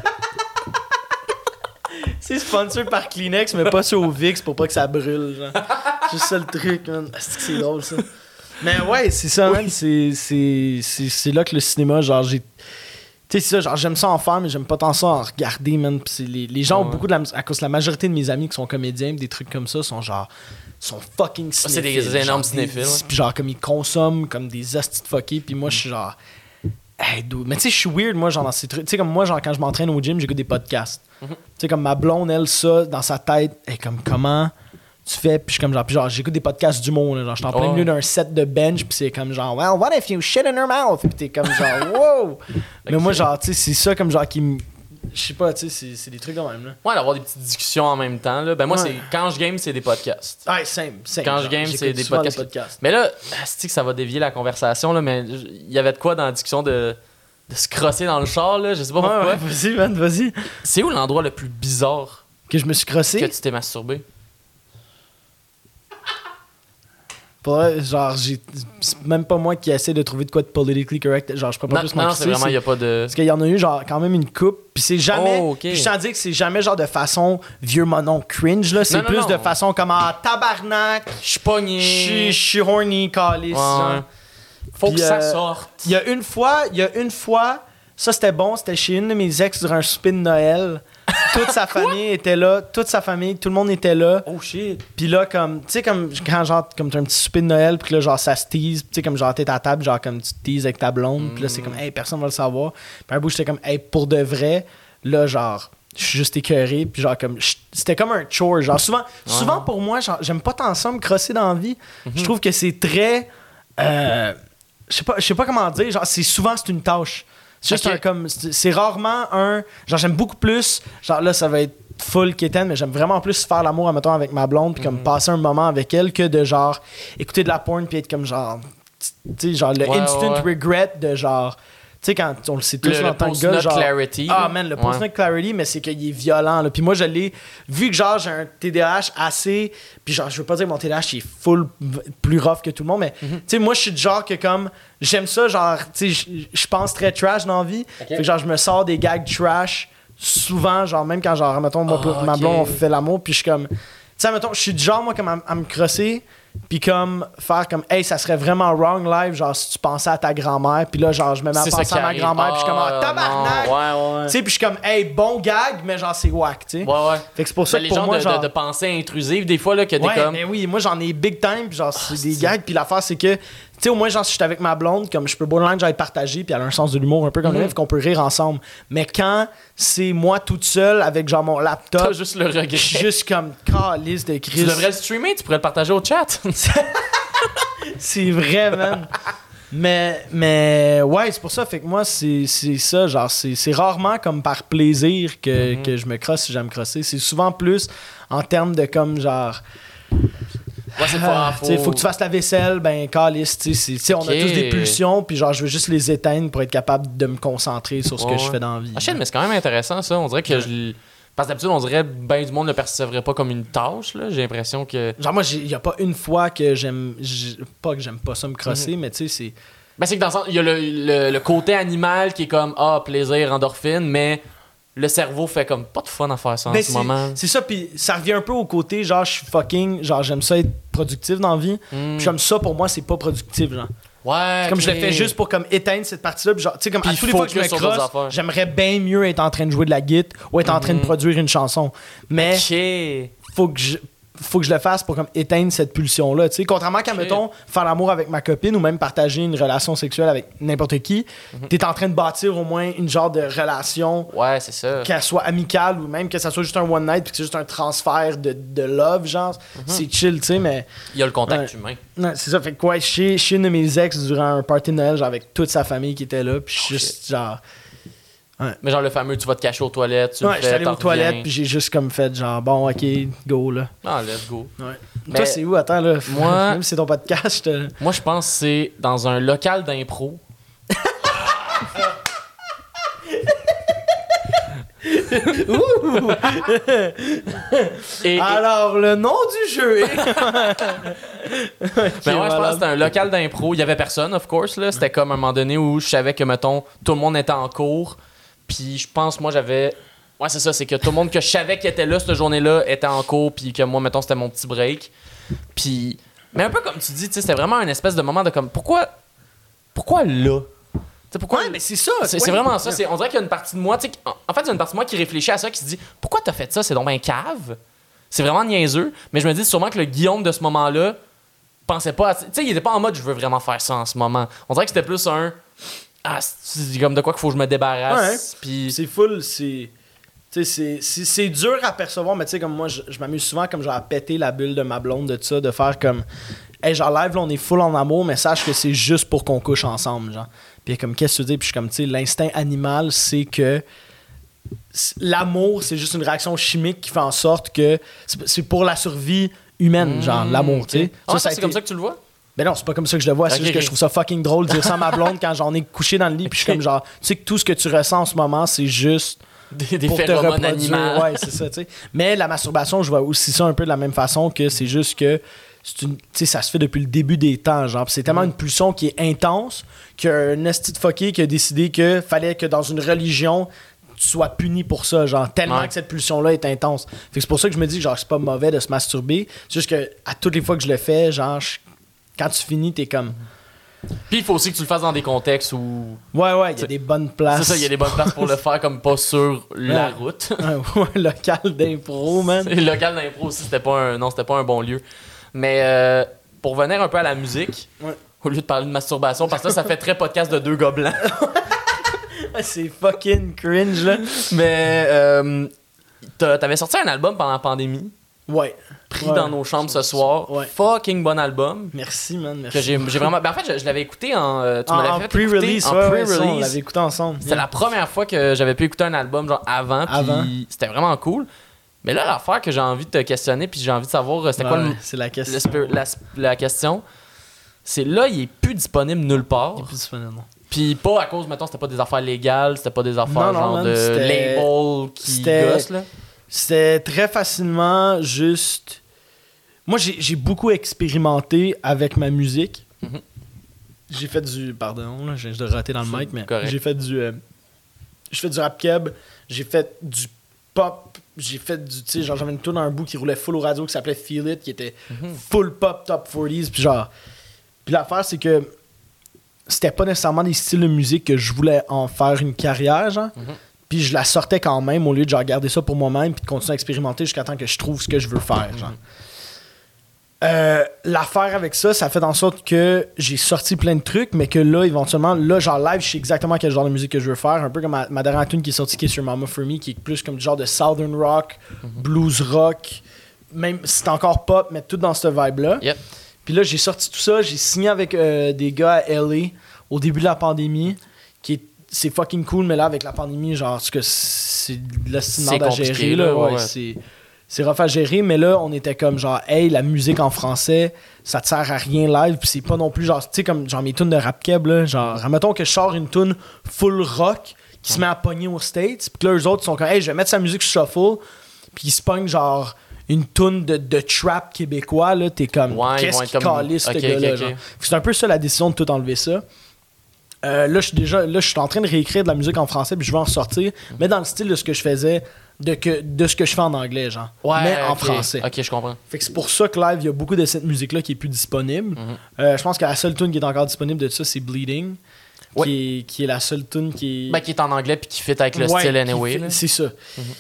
C'est sponsor par Kleenex, mais pas sur Vicks pour pas que ça brûle. Genre. Juste ça le truc, man. C'est drôle, ça. Mais ouais, c'est ça, man. C'est là que le cinéma, genre, Tu sais, c'est ça, genre, j'aime ça en faire, mais j'aime pas tant ça en regarder, man. Pis les gens ont beaucoup à cause de la majorité de mes amis qui sont comédiens, pis des trucs comme ça, sont fucking cinéphiles. C'est des énormes cinéphiles. Pis genre, comme ils consomment comme des hosties de fuckés, pis moi, je suis genre. Hey, dude. Mais tu sais, je suis weird, moi, genre, dans ces trucs. Tu sais, comme moi, genre, quand je m'entraîne au gym, j'écoute des podcasts. Tu sais, comme ma blonde, elle, ça, dans sa tête, elle est comme, comment tu fais? Puis je suis comme, genre, j'écoute des podcasts d'humour, là. Genre, je suis en plein milieu d'un set de bench, puis c'est comme, genre, well, what if you shit in her mouth? Puis t'es comme, genre, wow! Mais moi, genre, tu sais, c'est ça, comme, genre, qui me. Je sais pas, tu sais, c'est des trucs de même, là. Ouais, d'avoir des petites discussions en même temps, là. Ben, moi, c'est quand je game, c'est des podcasts. Ouais, simple. Quand je game, c'est des podcasts. Mais là, c'est que ça va dévier la conversation, là, mais il y avait de quoi dans la discussion de se crosser dans le char, là, je sais pas pourquoi. Ouais, vas-y, man, vas-y. C'est où l'endroit le plus bizarre que je me suis crossé? Que tu t'es masturbé? Genre, c'est même pas moi qui essaie de trouver de quoi de politically correct. Genre, je pourrais pas plus m'en Non, c'est vraiment, il y a pas de... Parce qu'il y en a eu, genre, quand même une coupe. Puis c'est jamais... Oh, ok. Puis je t'en dis que c'est jamais, genre, de façon vieux monon cringe, là. C'est plus de façon comme, tabarnak. Je suis pogné. Je suis horny, calice. Ouais. Faut que ça sorte. Il y a une fois, ça c'était bon, c'était chez une de mes ex durant un souper de Noël. Toute sa famille était là, tout le monde était là. Oh shit. Puis là, comme, tu sais, comme quand genre, comme t'as un petit souper de Noël, puis là, genre, ça se tease, tu sais, comme genre, t'es à table, genre, comme tu te teases avec ta blonde, puis là, c'est comme, hey, personne va le savoir. Puis un bout, j'étais comme, hey, pour de vrai, là, genre, je suis juste écœuré, puis genre, comme, c'était comme un chore. Genre, souvent pour moi, genre, j'aime pas tant ça me crosser dans la vie. Je trouve que c'est très. Je sais pas comment dire, genre, c'est une tâche. C'est juste c'est rarement un. Genre, j'aime beaucoup plus. Genre, là, ça va être full kitten, mais j'aime vraiment plus faire l'amour, admettons, avec ma blonde, puis comme passer un moment avec elle, que de genre écouter de la porn, puis être comme genre. Tu sais, genre, le instant regret de genre. Tu sais, quand on le sait tous en tant que gars, genre. Clarity. Ah, man, le post-nut clarity, mais c'est qu'il est violent, là. Puis moi, je l'ai. Vu que, genre, j'ai un TDAH assez. Puis, genre, je veux pas dire que mon TDAH est full plus rough que tout le monde, mais, tu sais, moi, je suis du genre que, comme. J'aime ça, genre, tu sais, je pense très trash dans la vie. Fait que, genre, je me sors des gags trash souvent, genre, même quand, genre, mettons, ma blonde, on fait l'amour, puis je suis comme. Tu sais, mettons, je suis du genre, moi, comme à me crosser. Puis comme faire comme hey, ça serait vraiment wrong live, genre si tu pensais à ta grand-mère, puis là genre je me mets à penser à ma grand-mère, puis je suis comme tabarnak. Tu sais, puis je suis comme hey, bon gag, mais genre c'est whack, tu sais. Ouais. Fait que c'est pour ça que les pour gens moi genre de pensée intrusive des fois là que t'es comme mais oui, moi j'en ai big time, puis genre c'est des gags, puis l'affaire c'est que tu sais, au moins, genre, si je suis avec ma blonde, comme je peux borderline, genre, être partagé, puis elle a un sens de l'humour un peu comme fait qu'on peut rire ensemble. Mais quand c'est moi toute seule avec, genre, mon laptop. T'as juste le regret. Je suis juste comme, calice de Chris. Tu devrais le streamer, tu pourrais le partager au chat. C'est vrai, man. Mais ouais, c'est pour ça. Fait que moi, c'est ça. Genre, c'est rarement comme par plaisir que je me crosse si j'aime me crosser. C'est souvent plus en termes de comme, genre. Ouais, faut que tu fasses la vaisselle, ben calice, on a tous des pulsions, puis genre je veux juste les éteindre pour être capable de me concentrer sur ce que je fais dans la vie. Ah shit, mais c'est quand même intéressant ça, on dirait que parce que d'habitude on dirait ben du monde ne le percevrait pas comme une tâche là, j'ai l'impression que genre moi il y a pas une fois que j'aime pas ça me crosser, mais tu sais c'est ben c'est que dans le sens il y a le côté animal qui est comme plaisir, endorphine, mais le cerveau fait comme pas de fun à faire ça en ce moment. C'est ça, puis ça revient un peu au côté, genre, je suis fucking, genre, j'aime ça être productif dans la vie. Puis comme ça, pour moi, c'est pas productif, genre. Ouais. Comme je le fais juste pour comme éteindre cette partie-là. Puis genre, tu sais, comme à tous les fois que je me crosse, j'aimerais bien mieux être en train de jouer de la guitare ou être en train de produire une chanson. Mais faut que je le fasse pour comme éteindre cette pulsion-là. Tu sais, contrairement qu'à, mettons, faire l'amour avec ma copine ou même partager une relation sexuelle avec n'importe qui, t'es en train de bâtir au moins une genre de relation. Ouais, c'est ça. Qu'elle soit amicale ou même que ça soit juste un one night puis que c'est juste un transfert de love, genre. C'est chill, tu sais, mais. Il y a le contact humain. Non, c'est ça. Fait que, ouais, chez une de mes ex durant un party de Noël, genre, avec toute sa famille qui était là, puis juste, genre. Ouais. Mais genre le fameux tu vas te cacher aux toilettes, tu le fais, j'étais allé aux toilettes puis j'ai juste comme fait genre bon ok go là. Ah let's go. Ouais. Mais toi c'est où attends là? Moi, même si c'est ton podcast. Moi je pense que c'est dans un local d'impro. Alors le nom du jeu est... Mais ouais, je pense que c'était un local d'impro, il y avait personne of course là, c'était comme un moment donné où je savais que mettons tout le monde était en cours. Puis je pense, moi, j'avais... Ouais, c'est ça, c'est que tout le monde que je savais qui était là cette journée-là était en cours, puis que moi, mettons, c'était mon petit break. Puis... Mais un peu comme tu dis, tu sais, c'était vraiment une espèce de moment de comme... Pourquoi là? Tu sais, pourquoi? Ouais, mais c'est ça. C'est vraiment ça. On dirait qu'il y a une partie de moi, tu sais, en fait, il y a une partie de moi qui réfléchit à ça, qui se dit, pourquoi t'as fait ça? C'est donc ben cave. C'est vraiment niaiseux. Mais je me dis sûrement que le Guillaume de ce moment-là pensait pas à... Tu sais, il était pas en mode, je veux vraiment faire ça en ce moment. On dirait que c'était plus un... c'est comme de quoi qu'il faut que je me débarrasse. Puis c'est full, c'est... Tu sais, c'est dur à percevoir, mais tu sais, comme moi, je m'amuse souvent comme genre à péter la bulle de ma blonde de ça, de faire comme... Hey, genre live, là, on est full en amour, mais sache que c'est juste pour qu'on couche ensemble, genre. Puis comme, qu'est-ce que tu dis? Puis je suis comme, tu sais, l'instinct animal, c'est que l'amour, c'est juste une réaction chimique qui fait en sorte que c'est pour la survie humaine, genre, l'amour, tu sais. C'est comme ça que tu le vois? Ben non, c'est pas comme ça que je le vois, c'est juste que je trouve ça fucking drôle de dire ça à ma blonde quand j'en ai couché dans le lit, puis je suis comme genre, tu sais que tout ce que tu ressens en ce moment, c'est juste des pour te phéromones reproduire. animaux. Ouais, c'est ça, tu sais. Mais la masturbation, je vois aussi ça un peu de la même façon que c'est juste que tu sais, ça se fait depuis le début des temps, genre. Pis c'est tellement une pulsion qui est intense qu'un esti de fucké qui a décidé que fallait que dans une religion tu sois puni pour ça, genre, tellement que cette pulsion-là est intense. Fait que c'est pour ça que je me dis, genre, c'est pas mauvais de se masturber. C'est juste que à toutes les fois que je le fais, genre, quand tu finis, t'es comme... Puis il faut aussi que tu le fasses dans des contextes où... Ouais, il y a des bonnes places. C'est ça, il y a des bonnes places pour le faire, comme pas sur la route. Ouais, local d'impro, man. Le local d'impro aussi, c'était pas un bon lieu. Mais pour revenir un peu à la musique, au lieu de parler de masturbation, parce que ça fait très podcast de deux gars blancs. C'est fucking cringe, là. Mais t'avais sorti un album pendant la pandémie. Ouais. Pris dans nos chambres ce soir. Ouais. Fucking bon album. Merci, man. Merci. Que j'ai vraiment... Ben, en fait, je l'avais écouté en... Tu m'avais fait pre-release. En pre-release. On l'avait écouté ensemble. C'était la première fois que j'avais pu écouter un album genre avant. Puis c'était vraiment cool. Mais là, l'affaire que j'ai envie de te questionner, puis j'ai envie de savoir, c'était quoi c'est la question. La question, c'est là, il est plus disponible nulle part. Il est plus disponible, non. Puis pas à cause, mettons, c'était pas des affaires légales, c'était pas des affaires non, genre man, de label qui gossent, là. C'était très facilement juste... Moi, j'ai beaucoup expérimenté avec ma musique. Mm-hmm. J'ai fait du... Pardon, là, j'ai de rater dans le mic, mais correct. J'ai fait du rap keb, j'ai fait du pop, j'ai fait du... Tu sais, genre, j'avais une tune dans un bout qui roulait full au radio qui s'appelait Feel It, qui était full pop top 40s, puis genre... Puis l'affaire, c'est que c'était pas nécessairement des styles de musique que je voulais en faire une carrière, genre. Puis je la sortais quand même au lieu de genre garder ça pour moi-même puis de continuer à expérimenter jusqu'à temps que je trouve ce que je veux faire, genre. L'affaire avec ça fait en sorte que j'ai sorti plein de trucs, mais que là, éventuellement, là, genre live, je sais exactement quel genre de musique que je veux faire. Un peu comme ma dernière tune qui est sortie, qui est sur Mama For Me, qui est plus comme du genre de Southern rock, blues rock, même c'est encore pop, mais tout dans cette vibe-là. Yep. Puis là, j'ai sorti tout ça, j'ai signé avec des gars à LA au début de la pandémie, c'est fucking cool, mais là, avec la pandémie, genre, c'est de la merde à gérer, là. Ouais. C'est rough à gérer, mais là, on était comme genre, hey, la musique en français, ça te sert à rien live, puis c'est pas non plus genre, tu sais, comme genre mes tunes de rap keb, là, genre, admettons que je sors une tune full rock qui se met à pogner aux States, puis que là, eux autres sont comme, hey, je vais mettre sa musique sur shuffle, puis ils se pognent genre une tune de trap québécois, là, t'es comme, qu'est-ce qui calisse ce gars-là, genre. C'est un peu ça la décision de tout enlever ça. Là, je suis en train de réécrire de la musique en français, puis je vais en sortir, mais dans le style de ce que je faisais, de ce que je fais en anglais, genre. Mais en français. Ok, je comprends. Fait que c'est pour ça que live, il y a beaucoup de cette musique-là qui est plus disponible. Je pense que la seule tune qui est encore disponible de ça, c'est Bleeding. Qui est la seule tune qui est... Ben, qui est en anglais puis qui fit avec le style anyway. C'est ça.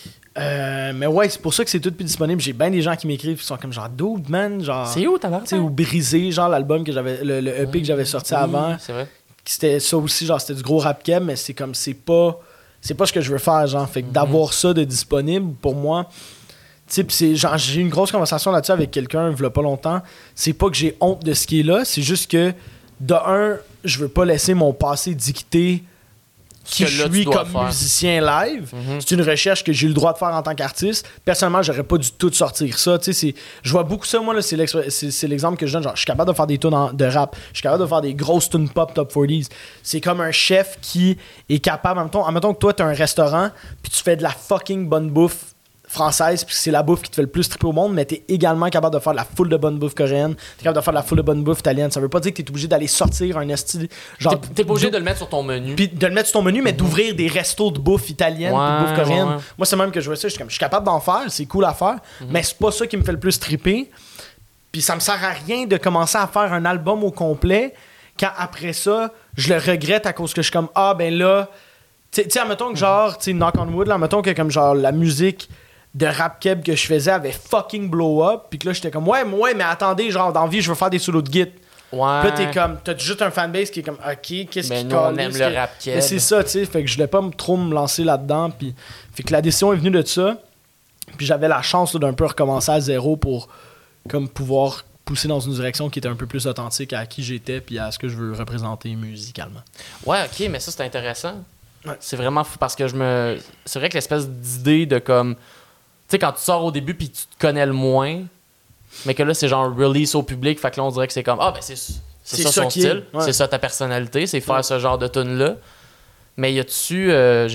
Mais ouais, c'est pour ça que c'est tout plus disponible. J'ai bien des gens qui m'écrivent qui sont comme genre Dude, man, genre... C'est où, t'as Tu sais, ou Brisé, genre l'album que j'avais... Le EP que j'avais sorti avant. C'est vrai. C'était ça aussi, genre c'était du gros rap keb, mais c'est comme c'est pas ce que je veux faire, genre. Fait que d'avoir ça de disponible pour moi, tu sais, genre j'ai eu une grosse conversation là-dessus avec quelqu'un il y a pas longtemps. C'est pas que j'ai honte de ce qui est là, c'est juste que de un, je veux pas laisser mon passé dicter qui je suis comme musicien live. C'est une recherche que j'ai eu le droit de faire en tant qu'artiste. Personnellement, j'aurais pas du tout de sortir ça. Je vois beaucoup ça, moi, là, c'est l'exemple que je donne. Genre, je suis capable de faire des tunes de rap. Je suis capable de faire des grosses tunes pop top 40s. C'est comme un chef qui est capable, admettons que toi, t'as un restaurant, puis tu fais de la fucking bonne bouffe française, puis c'est la bouffe qui te fait le plus triper au monde, mais t'es également capable de faire de la foule de bonne bouffe coréenne, t'es capable de faire de la foule de bonne bouffe italienne. Ça veut pas dire que t'es obligé d'aller sortir un esti... genre t'es pas obligé de le mettre sur ton menu. Puis de le mettre sur ton menu, mais d'ouvrir des restos de bouffe italienne, puis de bouffe coréenne. Moi, c'est même que je vois ça, je suis capable d'en faire, c'est cool à faire, mais c'est pas ça qui me fait le plus triper. Puis ça me sert à rien de commencer à faire un album au complet quand après ça, je le regrette à cause que je suis comme, ah, ben là, tu sais, admettons que genre, tu sais, knock on wood, là, admettons que comme genre la musique de rap keb que je faisais avait fucking blow up, puis que là, j'étais comme, ouais, mais attendez, genre, dans la vie, je veux faire des solos de git. Ouais. Puis là, t'es comme, t'as juste un fanbase qui est comme, ok, qu'est-ce Mais qui nous, on aime le rap keb. Mais c'est ça, tu sais, fait que je voulais pas trop me lancer là-dedans, puis fait que la décision est venue de ça, puis j'avais la chance là, d'un peu recommencer à zéro pour comme pouvoir pousser dans une direction qui était un peu plus authentique à qui j'étais puis à ce que je veux représenter musicalement. Ouais, ok, mais ça, c'est intéressant. Ouais. C'est vraiment fou parce que c'est vrai que l'espèce d'idée de comme. Tu sais, quand tu sors au début puis tu te connais le moins, mais que là, c'est genre release au public, fait que là, on dirait que c'est comme, ah, ben c'est ça son style, c'est ça ta personnalité, c'est faire ce genre de tune-là. Mais y a-tu.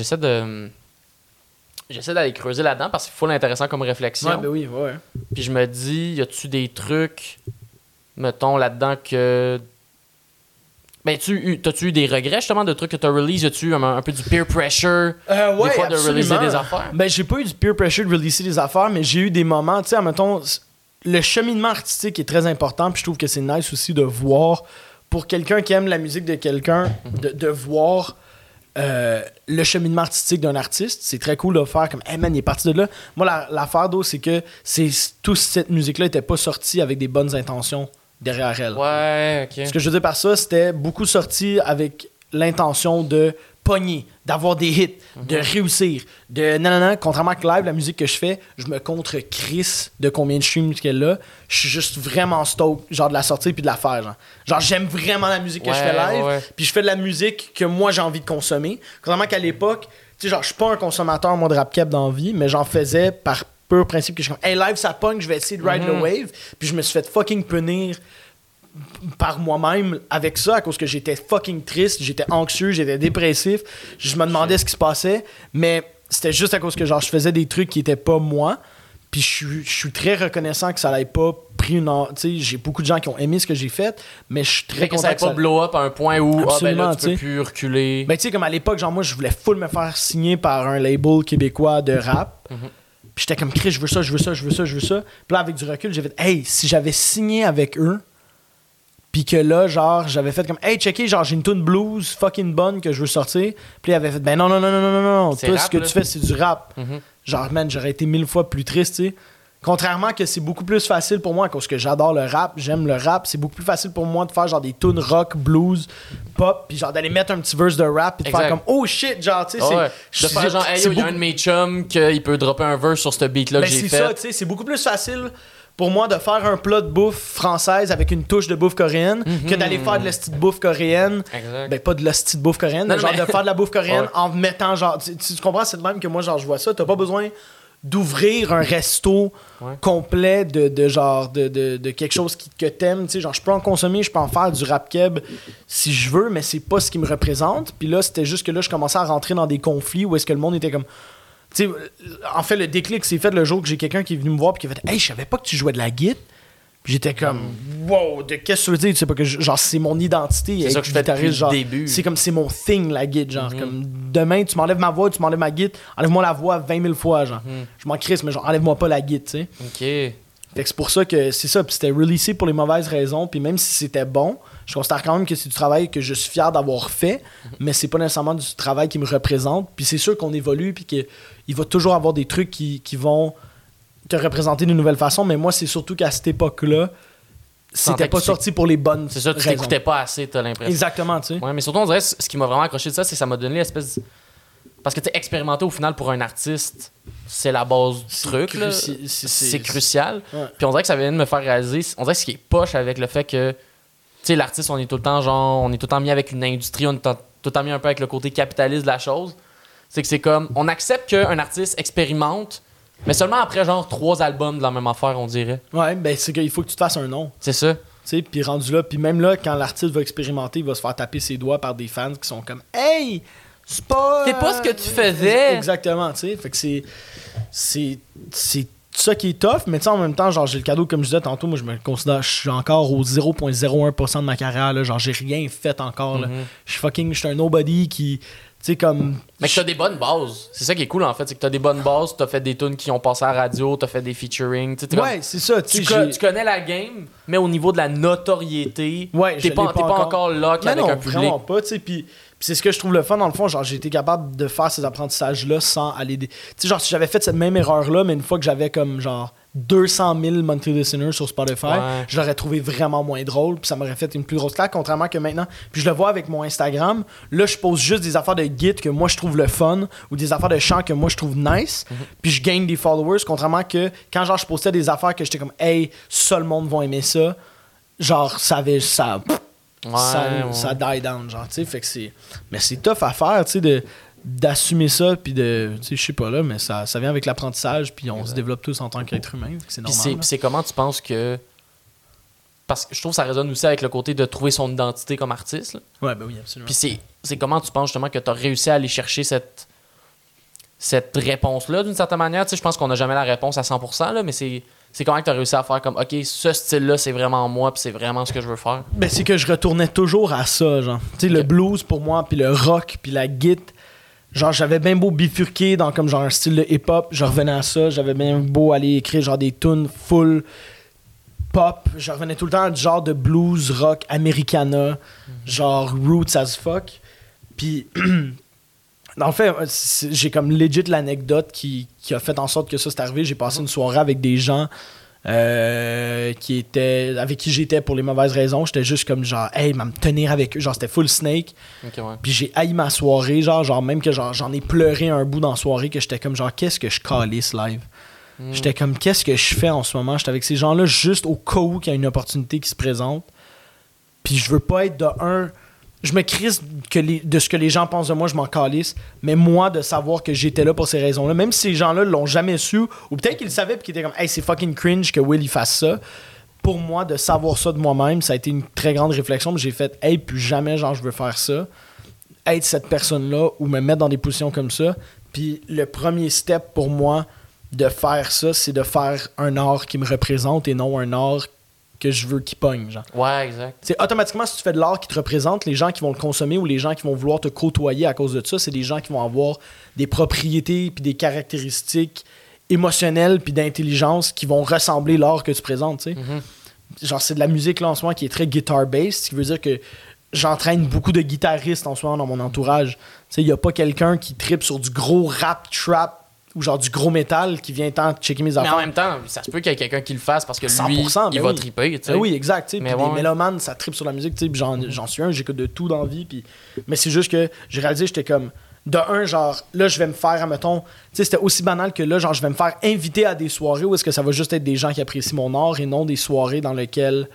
J'essaie d'aller creuser là-dedans parce qu'il faut l'intéressant comme réflexion. Ouais, ben oui, ouais. Puis je me dis, y a-tu des trucs, mettons, là-dedans que. Ben, t'as-tu eu des regrets justement de trucs que t'as release? Y a-tu un peu du peer pressure Ouais, des fois de absolument. releaser des affaires? Ben, j'ai pas eu du peer pressure de releaser des affaires, mais j'ai eu des moments, tu sais, admettons, le cheminement artistique est très important, puis je trouve que c'est nice aussi de voir, pour quelqu'un qui aime la musique de quelqu'un, de voir le cheminement artistique d'un artiste. C'est très cool de le faire comme, hey man, il est parti de là. Moi, l'affaire d'eau, c'est que toute cette musique-là était pas sortie avec des bonnes intentions derrière elle. Ouais, ok. Ce que je veux dire par ça, c'était beaucoup sorti avec l'intention de pogner, d'avoir des hits, de réussir, de nanana. Contrairement à Live, la musique que je fais, je me contre-crisse de combien de streams qu'elle a. Je suis juste vraiment stoked, genre de la sortir puis de la faire. Genre j'aime vraiment la musique que je fais live, puis je fais de la musique que moi j'ai envie de consommer. Contrairement qu'à l'époque, tu sais, genre je suis pas un consommateur moi de rap keb dans la vie, mais j'en faisais par pur principe que je suis comme, hey live ça pogne, je vais essayer de ride the wave, puis je me suis fait fucking punir par moi-même avec ça à cause que j'étais fucking triste, j'étais anxieux, j'étais dépressif, je me demandais ce qui se passait, mais c'était juste à cause que genre je faisais des trucs qui étaient pas moi, puis je suis très reconnaissant que ça l'ait pas pris tu sais, j'ai beaucoup de gens qui ont aimé ce que j'ai fait, mais je suis très que content ça n'ait pas blow up à un point où absolument, tu peux plus reculer. Ben tu sais, comme à l'époque, genre moi je voulais full me faire signer par un label québécois de rap. Puis j'étais comme, Chris, je veux ça. Puis là, avec du recul, j'ai fait, hey, si j'avais signé avec eux, puis que là, genre, j'avais fait comme, hey, checké, genre, j'ai une tune blues fucking bonne que je veux sortir. Puis il avait fait, ben non. Toi, ce que tu fais, c'est du rap. Genre, man, j'aurais été 1000 fois plus triste, tu sais. Contrairement que c'est beaucoup plus facile pour moi, parce que j'adore le rap, j'aime le rap, c'est beaucoup plus facile pour moi de faire genre des tunes rock, blues, pop, puis genre d'aller mettre un petit verse de rap, puis de faire comme oh shit, genre tu sais, de faire genre hey, il y a un de mes chums qu'il peut dropper un verse sur ce beat là que j'ai fait. C'est ça, tu sais, c'est beaucoup plus facile pour moi de faire un plat de bouffe française avec une touche de bouffe coréenne que d'aller faire de la petite bouffe coréenne. Exact. Ben pas de la petite bouffe coréenne, mais genre de faire de la bouffe coréenne en mettant genre tu comprends, c'est de même que moi genre je vois ça, t'as pas besoin d'ouvrir un resto complet de genre de quelque chose que t'aimes, tu sais, genre je peux en consommer, je peux en faire du rap keb si je veux, mais c'est pas ce qui me représente. Puis là c'était juste que là je commençais à rentrer dans des conflits où est-ce que le monde était comme, tu sais, en fait le déclic s'est fait le jour que j'ai quelqu'un qui est venu me voir puis qui a fait hey, je savais pas que tu jouais de la guitare. Puis j'étais comme wow, de qu'est-ce que tu veux dire, tu sais pas que genre c'est mon identité, c'est ça que je fais depuis le début. C'est comme c'est mon thing la guitare, genre comme demain tu m'enlèves ma voix, tu m'enlèves ma guitare, enlève-moi la voix 20 000 fois genre. Je m'en crisse mais genre enlève-moi pas la guitare, tu sais. OK. Fait que c'est pour ça que c'est ça, puis c'était releasé pour les mauvaises raisons, puis même si c'était bon, je considère quand même que c'est du travail que je suis fier d'avoir fait, mais c'est pas nécessairement du travail qui me représente, puis c'est sûr qu'on évolue puis qu'il va toujours avoir des trucs qui vont te représenter d'une nouvelle façon, mais moi c'est surtout qu'à cette époque-là c'était pas sorti pour les bonnes c'est ça, tu raisons. t'écoutais pas assez, t'as l'impression. Exactement, tu sais. Ouais, mais surtout on dirait ce qui m'a vraiment accroché de ça, c'est que ça m'a donné l'espèce parce que tu sais, expérimenter au final pour un artiste, c'est la base du truc là. C'est crucial. Ouais. Puis on dirait que ça vient de me faire réaliser, on dirait que ce qui est poche avec le fait que tu sais l'artiste on est tout le temps mis avec une industrie, on est tout le temps mis un peu avec le côté capitaliste de la chose. C'est que c'est comme on accepte qu'un artiste expérimente mais seulement après genre 3 albums de la même affaire, on dirait. Ouais, ben c'est qu'il faut que tu te fasses un nom. C'est ça. Tu sais, puis rendu là, puis même là, quand l'artiste va expérimenter, il va se faire taper ses doigts par des fans qui sont comme « Hey, c'est pas... » C'est pas ce que tu faisais. Exactement, tu sais. Fait que c'est ça qui est tough, mais tu sais, en même temps, genre, j'ai le cadeau, comme je disais tantôt, moi, je me considère, je suis encore au 0.01% de ma carrière, là, genre, j'ai rien fait encore, là. Je suis un nobody qui... Tu sais, comme Mais que t'as des bonnes bases. C'est ça qui est cool, en fait. C'est que t'as des bonnes bases, t'as fait des tunes qui ont passé à la radio, t'as fait des featuring. Ouais, c'est ça. Tu connais la game, mais au niveau de la notoriété, ouais, t'es pas encore là avec un public. Vraiment pas, tu sais. Puis c'est ce que je trouve le fun, dans le fond. Genre, j'ai été capable de faire ces apprentissages-là sans aller... Tu sais, genre, si j'avais fait cette même erreur-là, mais une fois que j'avais comme, genre... 200 000 monthly listeners sur Spotify, je l'aurais trouvé vraiment moins drôle, puis ça m'aurait fait une plus grosse claque, contrairement que maintenant. Puis je le vois avec mon Instagram, là je pose juste des affaires de git que moi je trouve le fun, ou des affaires de chant que moi je trouve nice, puis je gagne des followers, contrairement que quand genre je postais des affaires que j'étais comme hey, ça le monde va aimer ça, genre ça die down, genre, tu sais, fait que c'est... Mais c'est tough à faire, tu sais, d'assumer ça, puis de, tu sais, je sais pas là, mais ça vient avec l'apprentissage, puis on se développe tous en tant qu'être humain, c'est normal. Puis c'est comment tu penses que... Parce que je trouve que ça résonne aussi avec le côté de trouver son identité comme artiste. Là. Ouais, ben oui, absolument. Puis c'est comment tu penses justement que tu as réussi à aller chercher cette réponse-là d'une certaine manière. Tu sais, je pense qu'on n'a jamais la réponse à 100%, là, mais c'est comment que tu as réussi à faire comme, OK, ce style-là, c'est vraiment moi, puis c'est vraiment ce que je veux faire. Ben c'est que je retournais toujours à ça, genre. Tu sais, le blues pour moi, puis le rock, puis la guitare. Genre, j'avais bien beau bifurquer dans comme genre un style de hip-hop, je revenais à ça. J'avais bien beau aller écrire genre des tunes full pop. Je revenais tout le temps à du genre de blues, rock, americana, genre roots as fuck. Puis, dans le fait, j'ai comme legit l'anecdote qui a fait en sorte que ça s'est arrivé. J'ai passé une soirée avec des gens avec qui j'étais pour les mauvaises raisons. J'étais juste comme genre hey, me tenir avec eux, genre c'était full Snake. Okay, ouais. Puis j'ai haï ma soirée, genre même que j'en ai pleuré un bout dans la soirée, que j'étais comme genre qu'est-ce que je calisse live. J'étais comme qu'est-ce que je fais en ce moment. J'étais avec ces gens là juste au cas où qu'il y a une opportunité qui se présente, puis je veux pas être je me crisse de ce que les gens pensent de moi, je m'en calisse. Mais moi, de savoir que j'étais là pour ces raisons-là, même si ces gens-là l'ont jamais su, ou peut-être qu'ils le savaient et qu'ils étaient comme « Hey, c'est fucking cringe que Will il fasse ça », pour moi, de savoir ça de moi-même, ça a été une très grande réflexion. J'ai fait « Hey, plus jamais, genre, je veux faire ça. Être cette personne-là ou me mettre dans des positions comme ça. » Puis le premier step pour moi de faire ça, c'est de faire un art qui me représente et non un art que je veux qu'il pogne, genre. Ouais, exact. C'est automatiquement, si tu fais de l'art qui te représente, les gens qui vont le consommer ou les gens qui vont vouloir te côtoyer à cause de ça, c'est des gens qui vont avoir des propriétés puis des caractéristiques émotionnelles puis d'intelligence qui vont ressembler l'art que tu présentes, tu sais. Genre, c'est de la musique, là, en ce moment, qui est très guitar-based, ce qui veut dire que j'entraîne beaucoup de guitaristes, en ce moment, dans mon entourage. Tu sais, il n'y a pas quelqu'un qui trippe sur du gros rap, trap, ou genre du gros métal qui vient tant checker mes affaires. Mais en même temps, ça se peut qu'il y ait quelqu'un qui le fasse parce que lui, 100%, il va triper, tu sais. Oui, exact, tu sais. Puis ouais. les mélomanes, ça trippe sur la musique, tu sais. J'en suis un, j'écoute de tout dans la vie. Puis... Mais c'est juste que j'ai réalisé, j'étais comme... De un, genre, là, je vais me faire, admettons... Tu sais, c'était aussi banal que là, genre, je vais me faire inviter à des soirées où est-ce que ça va juste être des gens qui apprécient mon art et non des soirées dans lesquelles...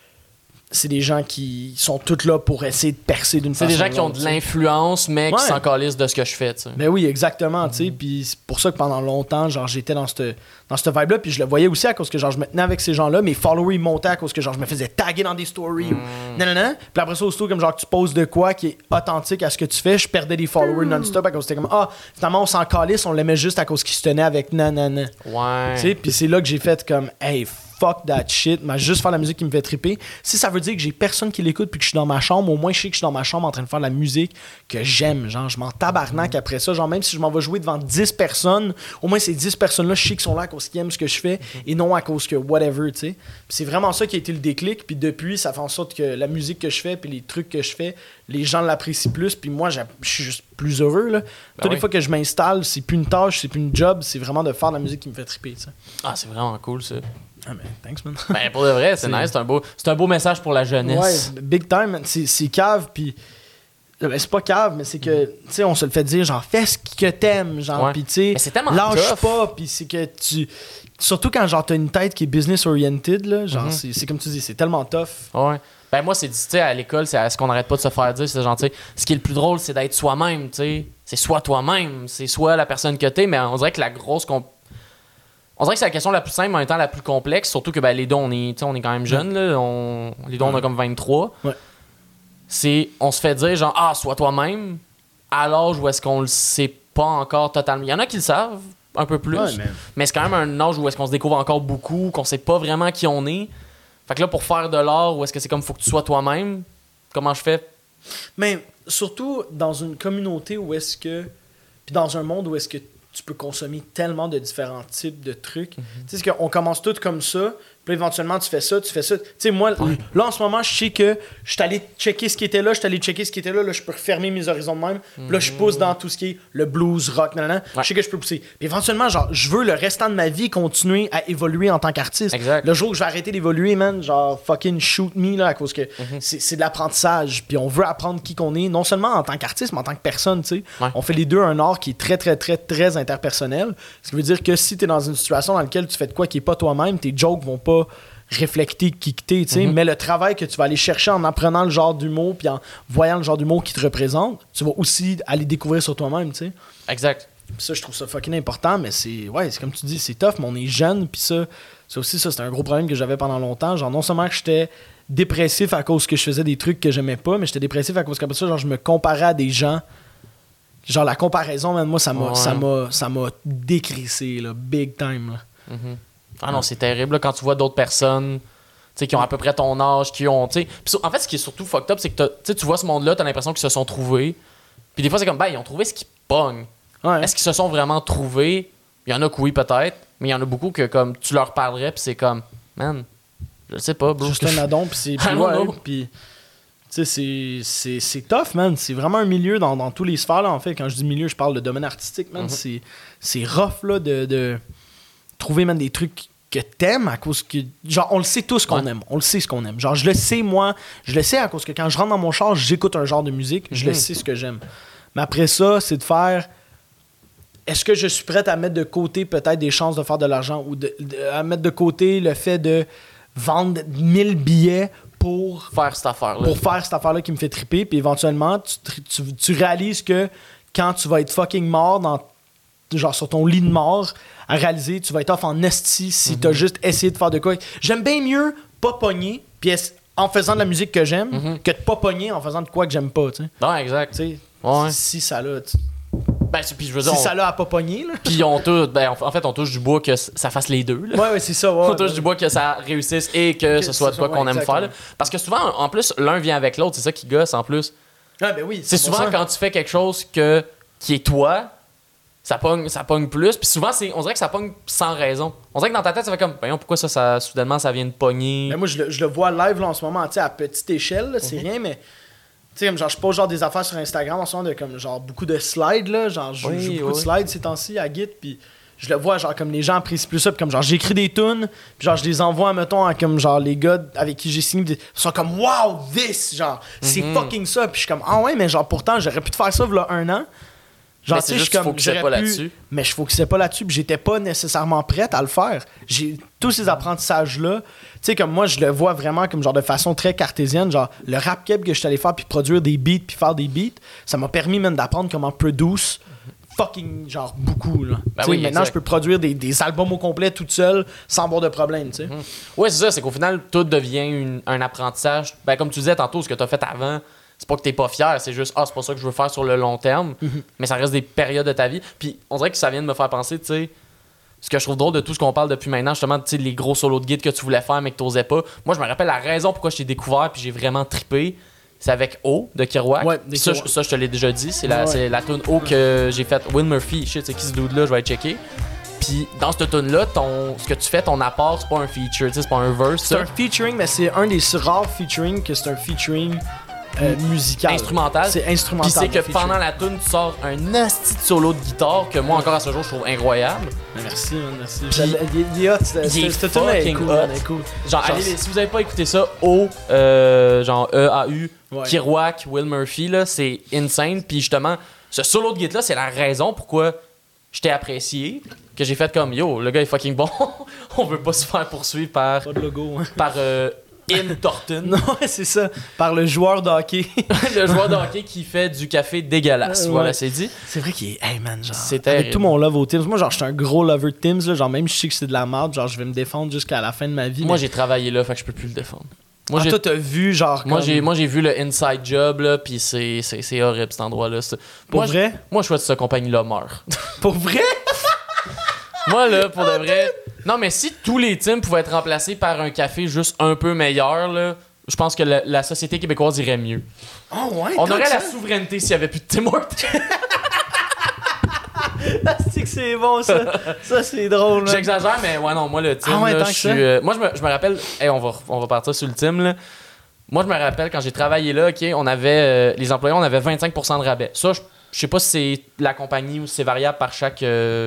C'est des gens qui sont tous là pour essayer de percer d'une façon. C'est des gens qui ont de l'influence, mais qui s'en calissent de ce que je fais, tu sais. Ben oui, exactement, tu sais. Puis c'est pour ça que pendant longtemps, genre, j'étais dans cette vibe-là. Puis je le voyais aussi à cause que, genre, je me tenais avec ces gens-là. Mes followers, ils montaient à cause que, genre, je me faisais taguer dans des stories ou nanana. Puis après ça, aussitôt, comme, genre, tu poses de quoi qui est authentique à ce que tu fais, je perdais des followers non-stop à cause que c'était comme, finalement, on s'en calisse, on l'aimait juste à cause qu'il se tenait avec nanana. Ouais. Tu sais, puis c'est là que j'ai fait comme, hey, fuck that shit, mais juste faire la musique qui me fait triper. Si ça veut dire que j'ai personne qui l'écoute puis que je suis dans ma chambre, au moins je sais que je suis dans ma chambre en train de faire de la musique que j'aime, genre je m'en tabarnak après ça, genre même si je m'en vais jouer devant 10 personnes, au moins ces 10 personnes-là, je sais qu'ils sont là à cause qu'ils aiment ce que je fais et non à cause que whatever, tu sais. Puis c'est vraiment ça qui a été le déclic, puis depuis ça fait en sorte que la musique que je fais puis les trucs que je fais, les gens l'apprécient plus, puis moi je suis juste plus heureux là. Toutes les fois que je m'installe, c'est plus une tâche, c'est plus une job, c'est vraiment de faire de la musique qui me fait triper, tu sais. Ah, c'est vraiment cool ça. Ah, mais thanks, man. Ben, pour de vrai, c'est nice. C'est un beau message pour la jeunesse. Ouais, big time, man. C'est cave, puis... Ben, c'est pas cave, mais c'est que, tu sais, on se le fait dire, genre, fais ce que t'aimes, genre, puis tu sais, c'est tellement lâche tough. pas, puis c'est que tu... Surtout quand, genre, t'as une tête qui est business-oriented, là, genre, c'est comme tu dis, c'est tellement tough. Ouais. Ben, moi, c'est, tu sais, à l'école, c'est ce qu'on arrête pas de se faire dire, c'est genre, tu sais, ce qui est le plus drôle, c'est d'être soi-même, tu sais. C'est soit toi-même, c'est soit la personne que t'es, mais on dirait que on dirait que c'est la question la plus simple, mais en même temps la plus complexe, surtout que ben, les deux, on est quand même jeunes, là. Les deux, on a comme 23. Ouais. C'est, on se fait dire, genre, sois toi-même, à l'âge où est-ce qu'on le sait pas encore totalement. Il y en a qui le savent un peu plus, mais c'est quand même un âge où est-ce qu'on se découvre encore beaucoup, qu'on sait pas vraiment qui on est. Fait que là, pour faire de l'art, où est-ce que c'est comme, faut que tu sois toi-même, comment je fais? Mais surtout dans une communauté où est-ce que Puis dans un monde où est-ce que tu peux consommer tellement de différents types de trucs. Tu sais, qu'on commence tout comme ça, puis éventuellement tu fais ça. Tu sais, moi, là en ce moment, je sais que je suis allé checker ce qui était là, là, je peux refermer mes horizons de même. Puis là, je pousse dans tout ce qui est le blues, rock, nanana. Je sais que je peux pousser. Puis éventuellement, genre, je veux le restant de ma vie continuer à évoluer en tant qu'artiste. Exact. Le jour où je vais arrêter d'évoluer, man, genre, fucking shoot me, là, à cause que c'est de l'apprentissage. Puis on veut apprendre qui qu'on est, non seulement en tant qu'artiste, mais en tant que personne, tu sais. Ouais. On fait les deux un art qui est très, très, très, très interpersonnel. Ce qui veut dire que si t'es dans une situation dans laquelle tu fais de quoi qui est pas toi-même, tes jokes vont pas reflecter qui que t'es, tu sais. Mais le travail que tu vas aller chercher en apprenant le genre d'humour puis en voyant le genre d'humour qui te représente, tu vas aussi aller découvrir sur toi-même, tu sais. Exact. Puis ça, je trouve ça fucking important, mais c'est comme tu dis, c'est tough, mais on est jeune, puis ça aussi, c'était un gros problème que j'avais pendant longtemps. Genre, non seulement que j'étais dépressif à cause que je faisais des trucs que j'aimais pas, mais j'étais dépressif à cause qu'après ça, genre, je me comparais à des gens. Genre, la comparaison, man, moi, ça m'a décrissé, là, big time, là. Ah non, c'est terrible là, quand tu vois d'autres personnes qui ont à peu près ton âge, qui ont. Puis, en fait, ce qui est surtout fucked up, c'est que tu vois ce monde-là, t'as l'impression qu'ils se sont trouvés. Puis des fois, c'est comme, ben, ils ont trouvé ce qui pogne. Ouais. Est-ce qu'ils se sont vraiment trouvés? Il y en a que oui, peut-être, mais il y en a beaucoup que, comme, tu leur parlerais, puis c'est comme, man, je sais pas, bro. Juste un addon, puis c'est. I Puis, don't ouais, know. puis. Tu sais, c'est tough, man. C'est vraiment un milieu dans tous les sphères, là, en fait. Quand je dis milieu, je parle de domaine artistique, man. C'est rough, là, de trouver, man, des trucs que t'aimes à cause que... Genre, on le sait tous qu'on aime. On le sait ce qu'on aime. Genre, je le sais, moi. Je le sais à cause que quand je rentre dans mon char, j'écoute un genre de musique. Je le sais ce que j'aime. Mais après ça, c'est de faire... Est-ce que je suis prêt à mettre de côté peut-être des chances de faire de l'argent ou à mettre de côté le fait de vendre 1000 billets pour faire cette affaire-là. Pour faire cette affaire-là qui me fait triper. Puis éventuellement, tu réalises que quand tu vas être fucking mort genre sur ton lit de mort, à réaliser, tu vas être off en esti si t'as juste essayé de faire de quoi. J'aime bien mieux pas pogner puis en faisant de la musique que j'aime que de pas pogner en faisant de quoi que j'aime pas, tu sais. Non, exact. Tu sais, Ouais. si ça l'a... Ben, puis je veux dire, Si ça l'a à pas pogner, là. puis on touche, ben, en fait, on touche du bois que ça fasse les deux. Là. Ouais, c'est ça. Ouais, On touche du bois que ça réussisse et que ce soit de quoi qu'on aime faire. Là. Parce que souvent, en plus, l'un vient avec l'autre. C'est ça qui gosse, en plus. Ah, ben oui. C'est souvent quand tu fais quelque chose qui est toi, ça pogne plus. Puis souvent, on dirait que ça pogne sans raison. On dirait que dans ta tête, ça fait comme, voyons, pourquoi soudainement, ça vient de pogner. Ben moi, je le vois live là, en ce moment, tu sais, à petite échelle, là, c'est rien, mais... Tu sais, comme genre, je pose genre des affaires sur Instagram en ce moment de comme genre beaucoup de slides, là. Genre, je joue beaucoup de slides ces temps-ci à Git, puis je le vois, genre, comme les gens apprécient plus ça, puis comme genre, j'écris des tunes, puis genre, je les envoie, mettons, à comme genre les gars avec qui j'ai signé, ils sont comme, wow, this, genre, c'est fucking ça, puis je suis comme, ah ouais, mais genre, pourtant, j'aurais pu te faire ça, là, un an. Genre, tu sais, je suis comme, j'aurais pu, mais je focusais pas là-dessus, puis j'étais pas nécessairement prête à le faire. J'ai tous ces apprentissages-là. Tu sais, comme moi, je le vois vraiment comme genre de façon très cartésienne. Genre, le rap keb que je suis allé faire, puis produire des beats, puis faire des beats, ça m'a permis même d'apprendre comment produce fucking, genre, beaucoup, là. Ben Tu sais, oui, maintenant, exact. je peux produire des albums au complet toute seule, sans avoir de problème, tu sais. Ouais, c'est ça, c'est qu'au final, tout devient un apprentissage. Ben, comme tu disais tantôt, ce que tu as fait avant, c'est pas que t'es pas fier, c'est juste, c'est pas ça que je veux faire sur le long terme, mais ça reste des périodes de ta vie. Puis on dirait que ça vient de me faire penser, tu sais, ce que je trouve drôle de tout ce qu'on parle depuis maintenant, justement, tu sais, les gros solos de guide que tu voulais faire mais que t'osais pas. Moi, je me rappelle la raison pourquoi je t'ai découvert puis j'ai vraiment trippé. C'est avec O de Kerouac. Ouais, ça, je te l'ai déjà dit. C'est la tune O que j'ai faite. Will Murphy, shit, c'est qui ce dude-là, je vais aller checker. Puis dans cette tune-là, ce que tu fais, ton apport, c'est pas un feature, c'est pas un verse. C'est un featuring, mais c'est un des rares featuring que c'est un featuring musical. Instrumental. C'est instrumental. Puis c'est que pendant la tune, tu sors un asti de solo de guitare que moi, encore à ce jour, je trouve incroyable. Merci, man, merci. Puis, il est hot, il est cette tune est fucking cool, hot. man, elle est cool. Genre, si vous avez pas écouté ça, genre E-A-U, Kerouac, Will Murphy, là, c'est insane. Puis justement, ce solo de guitare là, c'est la raison pourquoi je t'ai apprécié. Que j'ai fait comme, yo, le gars est fucking bon. On veut pas se faire poursuivre par... Pas de logo, hein. Par In Thornton. Non, c'est ça. Par le joueur de hockey. Le joueur de hockey qui fait du café dégueulasse. Voilà, c'est dit. C'est vrai qu'il est... Hey, man, genre... C'est avec terrible. tout mon love au Teams. Moi, genre, je suis un gros lover de Teams, là. Genre, même si je sais que c'est de la merde, genre, je vais me défendre jusqu'à la fin de ma vie. Moi, mais... j'ai travaillé là, fait que je peux plus le défendre. Moi, toi, t'as vu, genre... Moi, comme... j'ai vu le inside job, là, pis c'est horrible, cet endroit-là. Pour vrai? Moi, je souhaite que cette compagnie-là meure. Pour vrai? Moi, là, pour de vrai... Non, mais si tous les teams pouvaient être remplacés par un café juste un peu meilleur, là, je pense que la société québécoise irait mieux. Oh, ouais? On aurait la souveraineté s'il y avait plus de Tim Hortons. que c'est bon, ça. Ça, c'est drôle, man. J'exagère, mais ouais, non, moi, le team, Ah ouais, là, tant je que suis... ça? moi, je me rappelle... Hey, on va partir sur le team, là. Moi, je me rappelle, quand j'ai travaillé là, OK, on avait... les employés, on avait 25% de rabais. Ça, je sais pas si c'est la compagnie ou si c'est variable par chaque...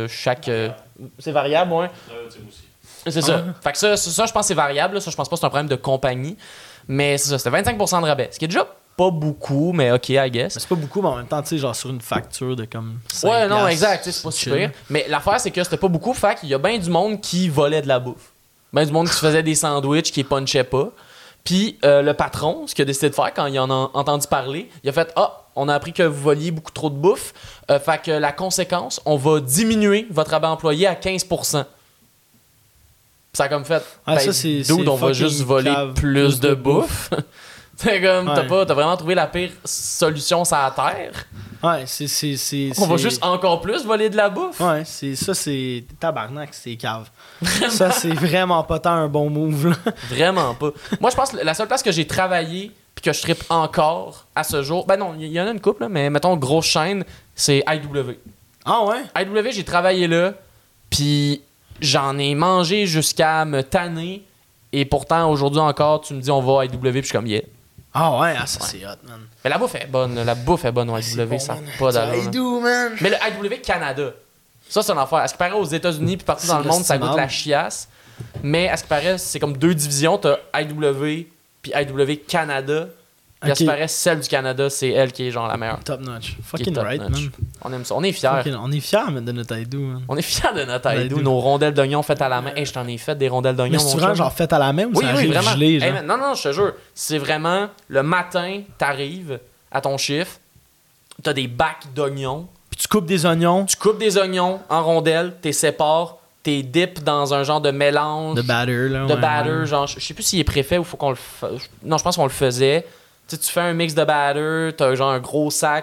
c'est variable, ouais. C'est ça. Fait que ça, je pense que c'est variable. Là. Ça, je pense pas que c'est un problème de compagnie. Mais c'est ça, c'était 25% de rabais. Ce qui est déjà pas beaucoup, mais OK, I guess. Mais c'est pas beaucoup, mais en même temps, tu sais, genre sur une facture de comme 5 Ouais, non, piastres, exact. C'est pas chill. super. Mais l'affaire, c'est que c'était pas beaucoup. Fait qu'il y a bien du monde qui volait de la bouffe. Ben du monde qui se faisait des sandwichs, qui punchait pas. Puis le patron, ce qu'il a décidé de faire quand il en a entendu parler, il a fait « Ah, on a appris que vous voliez beaucoup trop de bouffe. Fait que la conséquence, on va diminuer votre rabais employé à 15%. » Ça a comme fait, Ah, ça, c'est dude, on va fucking juste voler cave, plus de bouffe. C'est comme, Ouais. t'as vraiment trouvé la pire solution sur la terre. Ouais, On va juste encore plus voler de la bouffe. Ouais, c'est tabarnak, c'est cave. Ça, c'est vraiment pas tant un bon move, là. Vraiment pas. Moi, je pense que la seule place que j'ai travaillé puis que je trippe encore à ce jour, ben non, il y en a une couple, là, mais mettons, grosse chaîne, c'est IW. Ah ouais? IW, j'ai travaillé là, puis j'en ai mangé jusqu'à me tanner. Et pourtant, aujourd'hui encore, tu me dis on va à IW, puis je suis comme yeah. Ah ouais, ça c'est hot, man. Mais la bouffe est bonne. La bouffe est bonne au C'est IW, bon, ça n'a man. pas Ça d'allure. aide où, man? Mais le IW Canada, ça c'est une affaire. À ce qui paraît aux États-Unis puis partout C'est dans le monde, ça goûte l'estimable. la chiasse. Mais à ce qui paraît, c'est comme deux divisions. T'as IW puis IW Canada. Puis à ce qui Ok. paraît, celle du Canada, c'est elle qui est genre la meilleure. Top notch. Qui est Fucking top right, notch. man. On aime ça. On est fiers. Fucking- on est fiers, man, de notre Aïdou, man. On est fiers de notre Aïdou. Aïdou, nos rondelles d'oignon faites à la main. Hey, je t'en ai fait des rondelles d'oignon. Mais c'est mon vraiment chum. genre fait à la main ou Oui, ça oui, arrive vraiment. gelé, Hey, genre? man, non, je te jure. C'est vraiment le matin, t'arrives à ton chiffre, t'as des bacs d'oignons. Puis tu coupes des oignons Tu coupes des oignons en rondelles, t'es sépares, t'es dips dans un genre de mélange de batter, là. de ouais, batter. ouais. Genre, je sais plus s'il est préfet ou faut qu'on le fasse. Non, je pense qu'on le faisait. Tu sais, tu fais un mix de batter, t'as genre un gros sac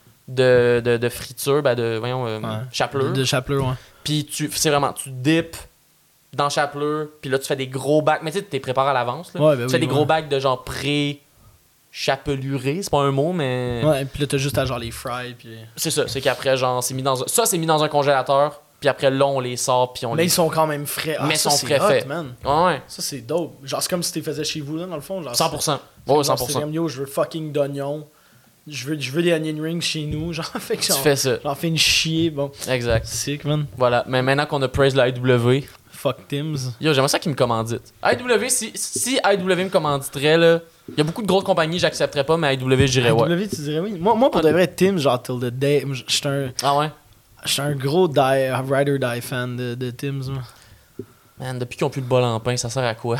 de friture, voyons, Ouais. chapelure. De chapelure, ouais. Puis c'est vraiment, tu dips dans chapelure, puis là tu fais des gros bacs. Mais tu sais, t'es préparé à l'avance. Là. Ouais, ben Tu oui, fais des ouais. gros bacs de genre pré-chapeluré, c'est pas un mot, mais. Ouais, puis là, t'as juste à genre les fry, puis... C'est ça, c'est qu'après, genre, c'est mis dans un... Ça, c'est mis dans un congélateur, puis après, là, on les sort, puis on Mais les... ils sont quand même frais. Ah, Mais ça, sont c'est frais hot, faits. man. Ouais, Ça, c'est dope. Genre, c'est comme si tu les faisais chez vous, là, dans le fond. Genre, 100%. c'est Ouais, genre, c'est 100%. comme, yo, je veux fucking d'oignons. Je veux des onion rings chez nous. Genre, fait que Tu genre, fais ça. j'en fais une chier. Bon, Exact. sick, man. Voilà. Mais maintenant qu'on a praise la IW, Fuck Tim's. yo, j'aimerais ça qu'ils me commanditent. IW, si IW me commanditerait, là, il y a beaucoup de grosses compagnies, j'accepterais pas, mais IW, je dirais ouais. W, tu dirais oui. Moi pour de vrai, Tim's, genre, till the day. J'étais Ah ouais? un gros ride or die fan de Tim's, moi. Man, depuis qu'ils ont plus le bol en pain, ça sert à quoi?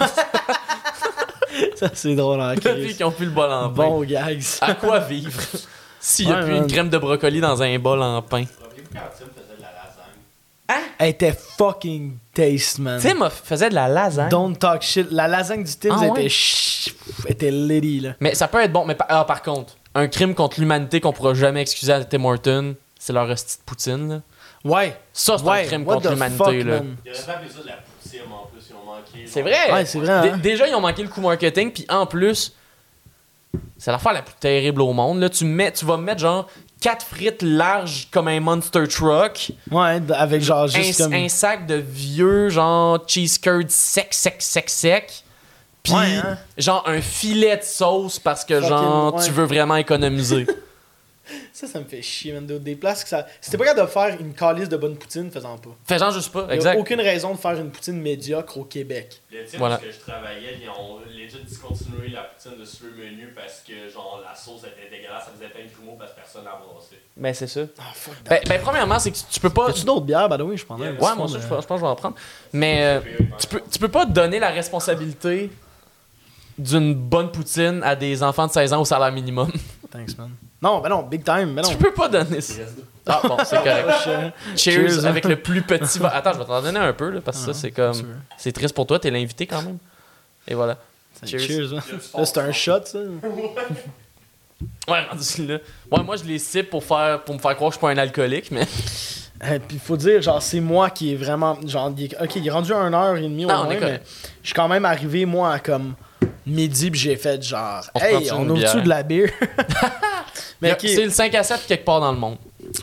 Ça, c'est drôle, hein, Depuis Chris. qu'ils ont plus le bol en pain. Bon gags. À quoi vivre? S'il y a Ouais, plus man. une crème de brocoli dans un bol en pain. Rappelez-vous quand Tim faisait de la lasagne? Elle était fucking taste, man. Tim faisait de la lasagne. Don't talk shit. La lasagne du Tim's Ah ouais? était litty, là. Mais ça peut être bon, mais par contre, un crime contre l'humanité qu'on pourra jamais excuser à Tim Hortons, c'est leur hostie de poutine. Là. Ouais. Ça, c'est un Ouais, crime what contre the l'humanité. fuck, Là. man. Il aurait pas appelé ça de la poutine en plus, ils ont manqué. C'est genre- vrai! Ouais, c'est vrai, hein? Déjà, ils ont manqué le coup marketing, puis en plus, c'est l'affaire la plus terrible au monde. Là. Tu vas mettre genre 4 frites larges comme un monster truck, Ouais, avec genre juste comme... un sac de vieux genre cheese curd sec, puis Ouais, hein? genre un filet de sauce parce que Fucking, genre ouais. tu veux vraiment économiser. Ça me fait chier, man. Des places que ça... Si t'es pas capable de faire une calice de bonne poutine, fais-en pas. Fais genre juste pas, Il y a exact. aucune raison de faire une poutine médiocre au Québec. Le Tim, Voilà. parce que je travaillais, ils ont legit discontinué la poutine de sur le menu parce que genre la sauce était dégueulasse, ça faisait plein de grumeaux parce que personne n'a brassé. Ben c'est ça. Ah, fuck that. Ben premièrement, c'est que tu peux pas. T'as-tu d'autres bières? Bah oui, je prendrais. Ouais, Ouais, moi aussi, je pense que je vais en prendre. Mais tu peux pas donner la responsabilité d'une bonne poutine à des enfants de 16 ans au salaire minimum. Thanks, man. Non, ben non, big time, ben non. Tu peux pas donner ça. Ah bon, c'est correct. Cheers, Cheers, avec le plus petit. Attends, je vais t'en donner un peu là, parce que ça c'est comme. sûr. C'est triste pour toi, t'es l'invité quand même. Et voilà. Cheers. Cheers, man. Là, c'est un shot, ça. Ouais, rendu là. Ouais, moi je les cible pour me faire croire que je suis pas un alcoolique, mais. Puis faut dire, genre, c'est moi qui est vraiment. Genre, ok, il est rendu à 1h30 au Ah, on moins, est mais correct. je suis quand même arrivé, moi, à comme midi, pis j'ai fait genre, On hey, prend-tu on une ouvre-tu bière? de la bière? Mais ok, C'est le 5 à 7 quelque part dans le monde.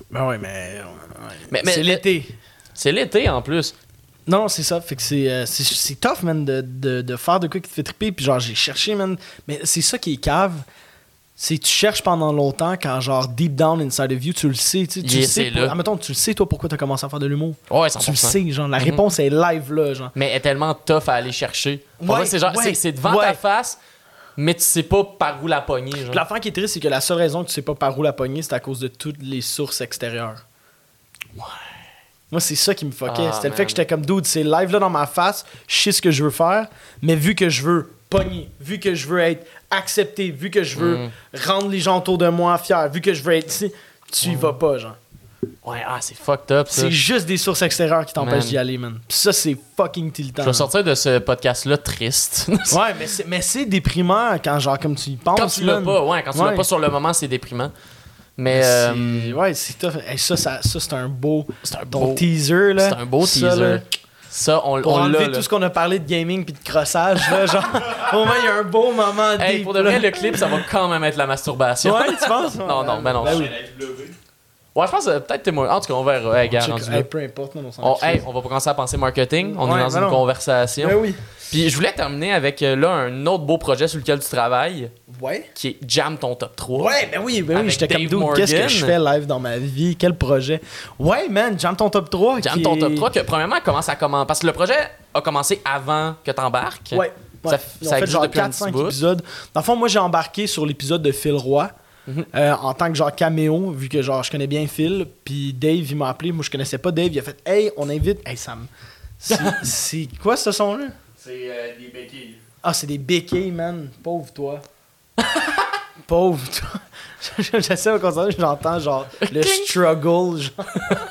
Ben ouais, mais Mais c'est l'été. C'est l'été en plus. Non, c'est ça. Fait que c'est tough, man, de faire de quoi qui te fait triper. Puis genre, j'ai cherché, man. Mais c'est ça qui est cave. C'est que tu cherches pendant longtemps quand, genre, deep down inside of you, tu le sais. Tu le sais. Admettons, tu le sais, toi, pourquoi t'as commencé à faire de l'humour. Ouais, 100%. Tu le sais, genre. La réponse est live, là, genre. Mais elle est tellement tough à aller chercher. Pour moi, c'est genre, c'est devant ta face, mais tu sais pas par où la pogner. Genre. L'affaire qui est triste, c'est que la seule raison que tu sais pas par où la pogner, c'est à cause de toutes les sources extérieures. Ouais. Moi, c'est ça qui me fuckait. C'était le fait que j'étais comme, dude, c'est live là dans ma face, je sais ce que je veux faire, mais vu que je veux pogner, vu que je veux être accepté, vu que je veux rendre les gens autour de moi fiers, vu que je veux être ici, tu y vas pas, genre. Ouais, c'est fucked up, ça. C'est juste des sources extérieures qui t'empêchent d'y aller, man. Pis ça, c'est fucking tiltant. Je vais sortir de ce podcast-là triste. Ouais, mais c'est déprimant quand, genre, comme tu y penses. Quand tu l'as pas, quand tu l'as pas sur le moment, c'est déprimant. Mais ouais, c'est tough. Hey, ça c'est un beau beau teaser, là. C'est un beau teaser. Ça, on pour enlever l'a, tout ce qu'on a parlé de gaming puis de crossage, là, genre, au moins, il y a un beau moment deep, pour de vrai, le clip, ça va quand même être la masturbation. Ouais, tu penses? Non, non. Ben oui. Ouais, je pense que peut-être t'es moins. En tout cas, on verra. Hey, gars, rendu là. Peu importe, on s'en on va commencer à penser marketing. On est dans une non. conversation. Ben oui. Puis je voulais terminer avec là un autre beau projet sur lequel tu travailles, Ouais. qui est Jam ton top 3. Ouais, ben oui. Avec J'étais comme, Dave dude, qu'est-ce que Morgan. je fais live dans ma vie? Quel projet? Ouais, man, Jam ton top 3. Jam ton top 3, que premièrement commence à commencer. Parce que le projet a commencé avant que t'embarques. Ouais. Ça Ils ont fait existe genre depuis un petit 4-5 bout. épisodes. Dans le fond, moi, j'ai embarqué sur l'épisode de Phil Roy. En tant que genre caméo, vu que genre je connais bien Phil, puis Dave il m'a appelé, moi je connaissais pas Dave, il a fait hey, on invite, hey Sam, c'est quoi ce son là? C'est des béquilles. Ah, c'est des béquilles, man, pauvre toi. Pauvre toi. J'essaie au contraire, j'entends genre le struggle, genre.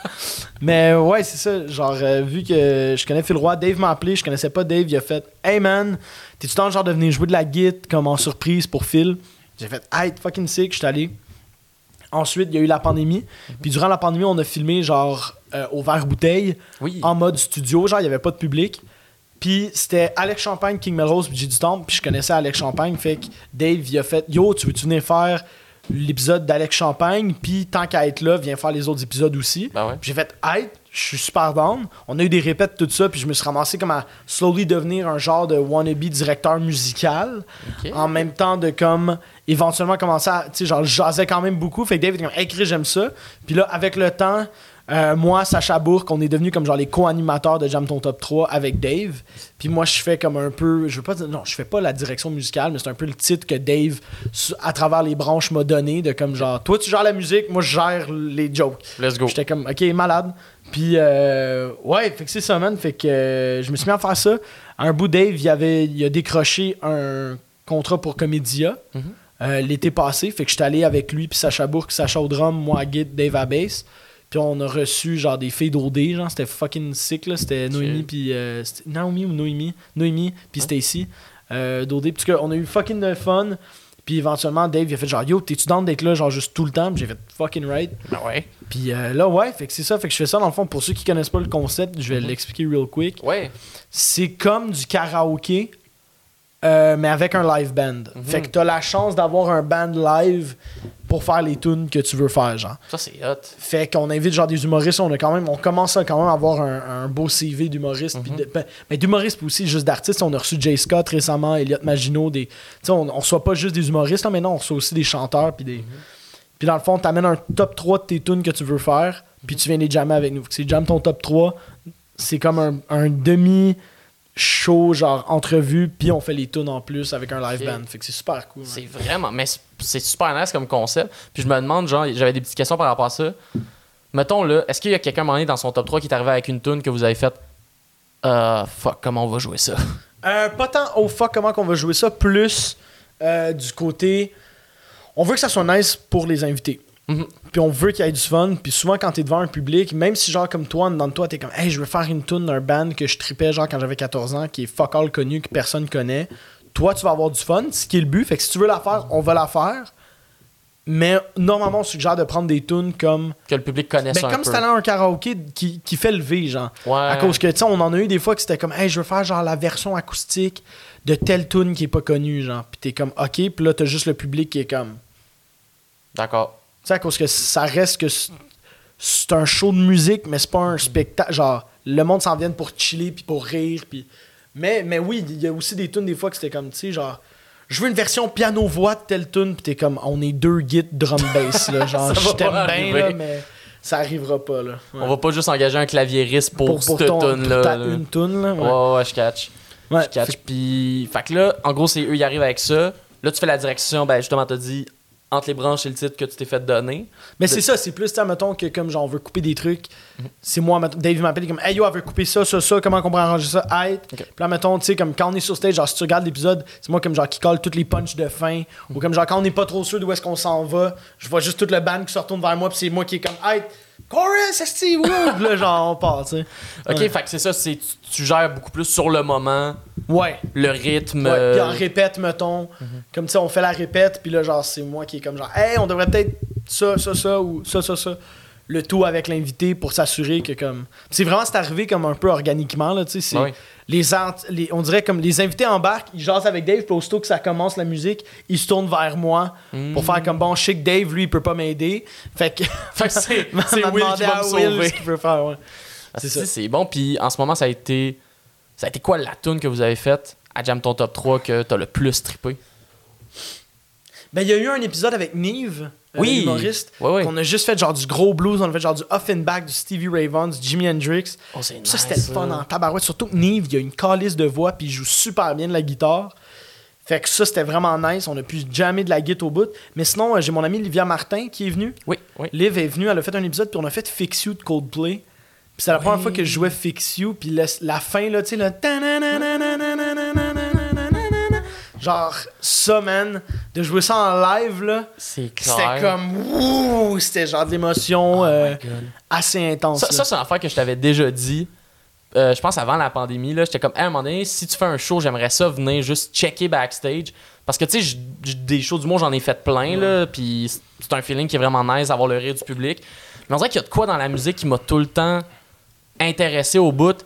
Mais ouais, c'est ça, genre vu que je connais Phil Roy, Dave m'a appelé, je connaissais pas Dave, il a fait hey man, t'es-tu dans le genre de venir jouer de la guitare comme en surprise pour Phil? J'ai fait « Hey, fucking sick », je suis allé. Ensuite, il y a eu la pandémie. Puis durant la pandémie, on a filmé genre au verre-bouteille, en mode studio, genre il n'y avait pas de public. Puis c'était Alex Champagne, King Melrose, puis J du Temple. Puis je connaissais Alex Champagne, fait que Dave, il a fait « Yo, tu veux-tu venir faire l'épisode d'Alex Champagne? Puis tant qu'à être là, viens faire les autres épisodes aussi. » Ben ouais. Puis j'ai fait « Hey, je suis super down. » On a eu des répètes, tout ça, puis je me suis ramassé comme à slowly devenir un genre de wannabe directeur musical. Ok. En même temps de comme éventuellement commencer à, tu sais, genre, je jasais quand même beaucoup. Fait que Dave était comme, hey Chris, j'aime ça. Puis là, avec le temps, moi, Sacha Bourque, on est devenus comme genre les co-animateurs de Jam ton Top 3 avec Dave. Puis moi, je fais comme un peu, je veux pas dire, non, je fais pas la direction musicale, mais c'est un peu le titre que Dave, à travers les branches, m'a donné de comme genre, toi, tu gères la musique, moi, je gère les jokes. Let's go. J'étais comme, ok, malade. Puis, ouais, fait que c'est ça, man. Fait que je me suis mis à faire ça. À un bout, Dave, il a décroché un contrat pour Comédia l'été passé. Fait que j'étais allé avec lui, puis Sacha Bourque, Sacha au drum, moi à guide, Dave à bass. Puis on a reçu genre des filles d'OD, genre c'était fucking sick, là. C'était Noémie, puis. Naomi ou Noémie? Noémie, puis Stacy d'OD. Puis on a eu fucking de fun. Puis éventuellement, Dave, il a fait genre, yo, t'es-tu down d'être là, genre juste tout le temps? Puis j'ai fait fucking right. Ben ouais. Puis là, ouais, fait que c'est ça. Fait que je fais ça dans le fond. Pour ceux qui connaissent pas le concept, je vais l'expliquer real quick. Ouais. C'est comme du karaoké, mais avec un live band. Fait que t'as la chance d'avoir un band live pour faire les tunes que tu veux faire, genre. Ça, c'est hot. Fait qu'on invite genre des humoristes. On commence à quand même avoir un beau CV d'humoristes. Mais d'humoristes, puis aussi juste d'artistes. On a reçu Jay Scott récemment, Elliot Maginot. Tu sais, on reçoit pas juste des humoristes, là, mais non, on reçoit aussi des chanteurs. Puis puis dans le fond, t'amènes un top 3 de tes tunes que tu veux faire, puis tu viens les jammer avec nous. C'est Jam ton top 3. C'est comme un demi-show, genre entrevue, puis on fait les tunes en plus avec un live band. Fait que c'est super cool. C'est vraiment. Mais c'est super nice comme concept. Puis je me demande, genre, j'avais des petites questions par rapport à ça. Mettons là, est-ce qu'il y a quelqu'un à un moment donné dans son top 3 qui est arrivé avec une tune que vous avez faite fuck, comment on va jouer ça? Pas tant oh fuck, comment qu'on va jouer ça, plus du côté. On veut que ça soit nice pour les invités. Puis on veut qu'il y ait du fun. Puis souvent, quand t'es devant un public, même si, genre, comme toi, dans toi, t'es comme, hey, je veux faire une tune d'un band que je tripais, genre, quand j'avais 14 ans, qui est fuck all connu, que personne connaît. Toi, tu vas avoir du fun, ce qui est le but. Fait que si tu veux la faire, on va la faire. Mais normalement, on suggère de prendre des tunes comme. Que le public connaisse un comme peu. si t'allais à un karaoké qui fait lever, genre. Ouais. À cause que, tu sais, on en a eu des fois que c'était comme, hey, je veux faire, genre, la version acoustique de telle tune qui est pas connue, genre. Puis t'es comme, ok, puis là, t'as juste le public qui est comme. D'accord. Tu sais, à cause que ça reste que c'est un show de musique, mais c'est pas un spectacle. Genre, le monde s'en vient pour chiller puis pour rire. Puis... Mais oui, il y a aussi des tunes des fois que c'était comme, tu sais, genre, je veux une version piano-voix de telle tune, puis t'es comme, on est 2 gits drum-bass, là. Genre, Ça va je t'aime pas bien, arriver. là, mais ça arrivera pas, là. Ouais. On va pas juste engager un claviériste pour cette pour tune-là. ta là. une tune, là. Ouais, je catch. Ouais. Je catch. Puis, fait que là, en gros, c'est eux, ils arrivent avec ça. Là, tu fais la direction, ben justement, t'as dit entre les branches et le titre que tu t'es fait donner. Mais c'est ça, c'est plus, mettons, que comme genre, on veut couper des trucs. C'est moi, mettons, Dave m'appelle comme, hey yo, elle veut couper ça, comment qu'on pourrait arranger ça, hey. Puis là, mettons, tu sais, comme quand on est sur stage, genre, si tu regardes l'épisode, c'est moi comme genre qui colle toutes les punches de fin. Ou comme genre, quand on n'est pas trop sûr d'où est-ce qu'on s'en va, je vois juste toute le band qui se retourne vers moi, puis c'est moi qui est comme, hey, chorus, esti, wouh! Puis là, genre, on part, tu sais. Ok, Ouais. fait que c'est ça, tu gères beaucoup plus sur le moment, Ouais. le rythme. Ouais, puis en répète, mettons. Comme tu sais, on fait la répète, puis là, genre, c'est moi qui est comme genre, hey, on devrait peut-être ça, ou ça. Le tout avec l'invité pour s'assurer que, comme. C'est arrivé comme un peu organiquement, là, tu sais. Ouais. On dirait comme les invités embarquent, ils jasent avec Dave, puis aussitôt que ça commence la musique, ils se tournent vers moi pour faire comme bon, je sais que Dave, lui, il peut pas m'aider. Fait que. Fait que c'est m'a Will demandé qui va à me Will sauver. ce qu'il peut faire, ouais. C'est ça. ça. C'est bon. Puis en ce moment, ça a été quoi la tune que vous avez faite à Jam Ton Top 3 que t'as le plus trippé? Ben, il y a eu un épisode avec Nive, Oui. l'humoriste, Ouais. qu'on a juste fait genre du gros blues, on a fait genre du Offenbach, du Stevie Ray Vaughan, du Jimi Hendrix. Oh, c'est Ça, nice, c'était le fun en tabarouette. Surtout que Nive, il a une calice de voix, puis il joue super bien de la guitare. Fait que ça, c'était vraiment nice. On a pu jammer de la guitare au bout. Mais sinon, j'ai mon amie Livia Martin qui est venue. Oui. Liv est venue, elle a fait un épisode, puis on a fait Fix You de Coldplay. Puis c'est la première fois que je jouais Fix You, puis la fin, là, tu sais, le... Genre, ça, man, de jouer ça en live, là, C'est clair. c'était comme... Wouh! C'était genre de l'émotion assez intense. Ça, c'est une affaire que je t'avais déjà dit. Je pense avant la pandémie, là, j'étais comme, hey, à un moment donné, si tu fais un show, j'aimerais ça venir juste checker backstage. Parce que, tu sais, des shows du monde, j'en ai fait plein, là, puis c'est un feeling qui est vraiment nice d'avoir le rire du public. Mais on dirait qu'il y a de quoi dans la musique qui m'a tout le temps intéressé au bout.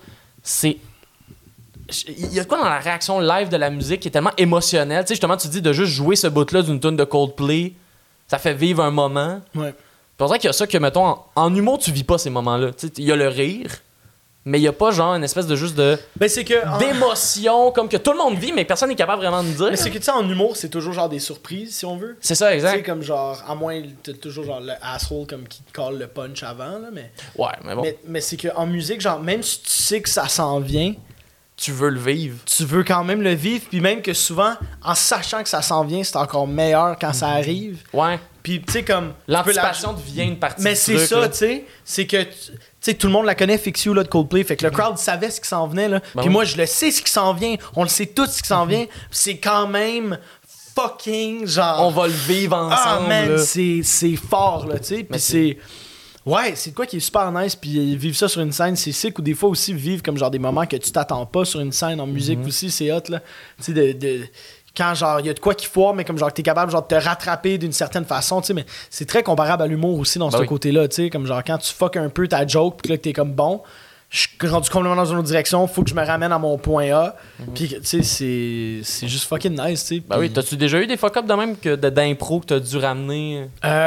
Il y a de quoi dans la réaction live de la musique qui est tellement émotionnelle. Tu sais, justement, tu dis de juste jouer ce bout-là d'une tune de Coldplay, ça fait vivre un moment. Ouais. Puis on dirait qu'il y a ça que, mettons, en humour, tu vis pas ces moments-là. Tu sais, il y a le rire, mais il y a pas genre une espèce de juste de Ben, c'est que... d'émotion, comme que tout le monde vit, mais personne n'est capable vraiment de dire. Mais c'est que, tu sais, en humour, c'est toujours genre des surprises, si on veut. C'est ça, Tu sais, exact. comme genre, à moins, t'as toujours genre le asshole comme qui te colle le punch avant, là, mais... Ouais, mais bon, Mais c'est qu'en musique, genre, même si tu sais que ça s'en vient, tu veux le vivre. tu veux quand même le vivre, puis même que souvent, en sachant que ça s'en vient, c'est encore meilleur quand ça arrive. Ouais. Puis, tu sais, comme... tu peux la- L'anticipation devient une partie Mais du c'est truc, ça, là. tu sais, c'est que... Tu sais, tout le monde la connaît, Fix You, là, de Coldplay. Fait que le crowd savait ce qui s'en venait, là. Puis oui. moi, je le sais ce qui s'en vient. On le sait tous ce qui s'en vient. Puis c'est quand même fucking, genre... On va le vivre Ah, ensemble. man, là. c'est fort, là, tu sais. Puis Mais c'est... Ouais, c'est quoi qui est super nice. Puis vivre ça sur une scène, c'est sick. Ou des fois aussi, vivre comme genre des moments que tu t'attends pas sur une scène en musique aussi, c'est hot, là. Tu sais, quand genre il y a de quoi qu'il faut, mais comme genre t'es capable genre de te rattraper d'une certaine façon, tu sais, mais c'est très comparable à l'humour aussi dans Ben ce oui. côté-là, tu sais, comme genre quand tu fuck un peu ta joke, puis que là que t'es comme bon, je suis rendu complètement dans une autre direction, faut que je me ramène à mon point A, puis tu sais, c'est juste fucking nice, tu sais. Ben oui, puis- t'as-tu déjà eu des fuck-up de même que d'impro que t'as dû ramener?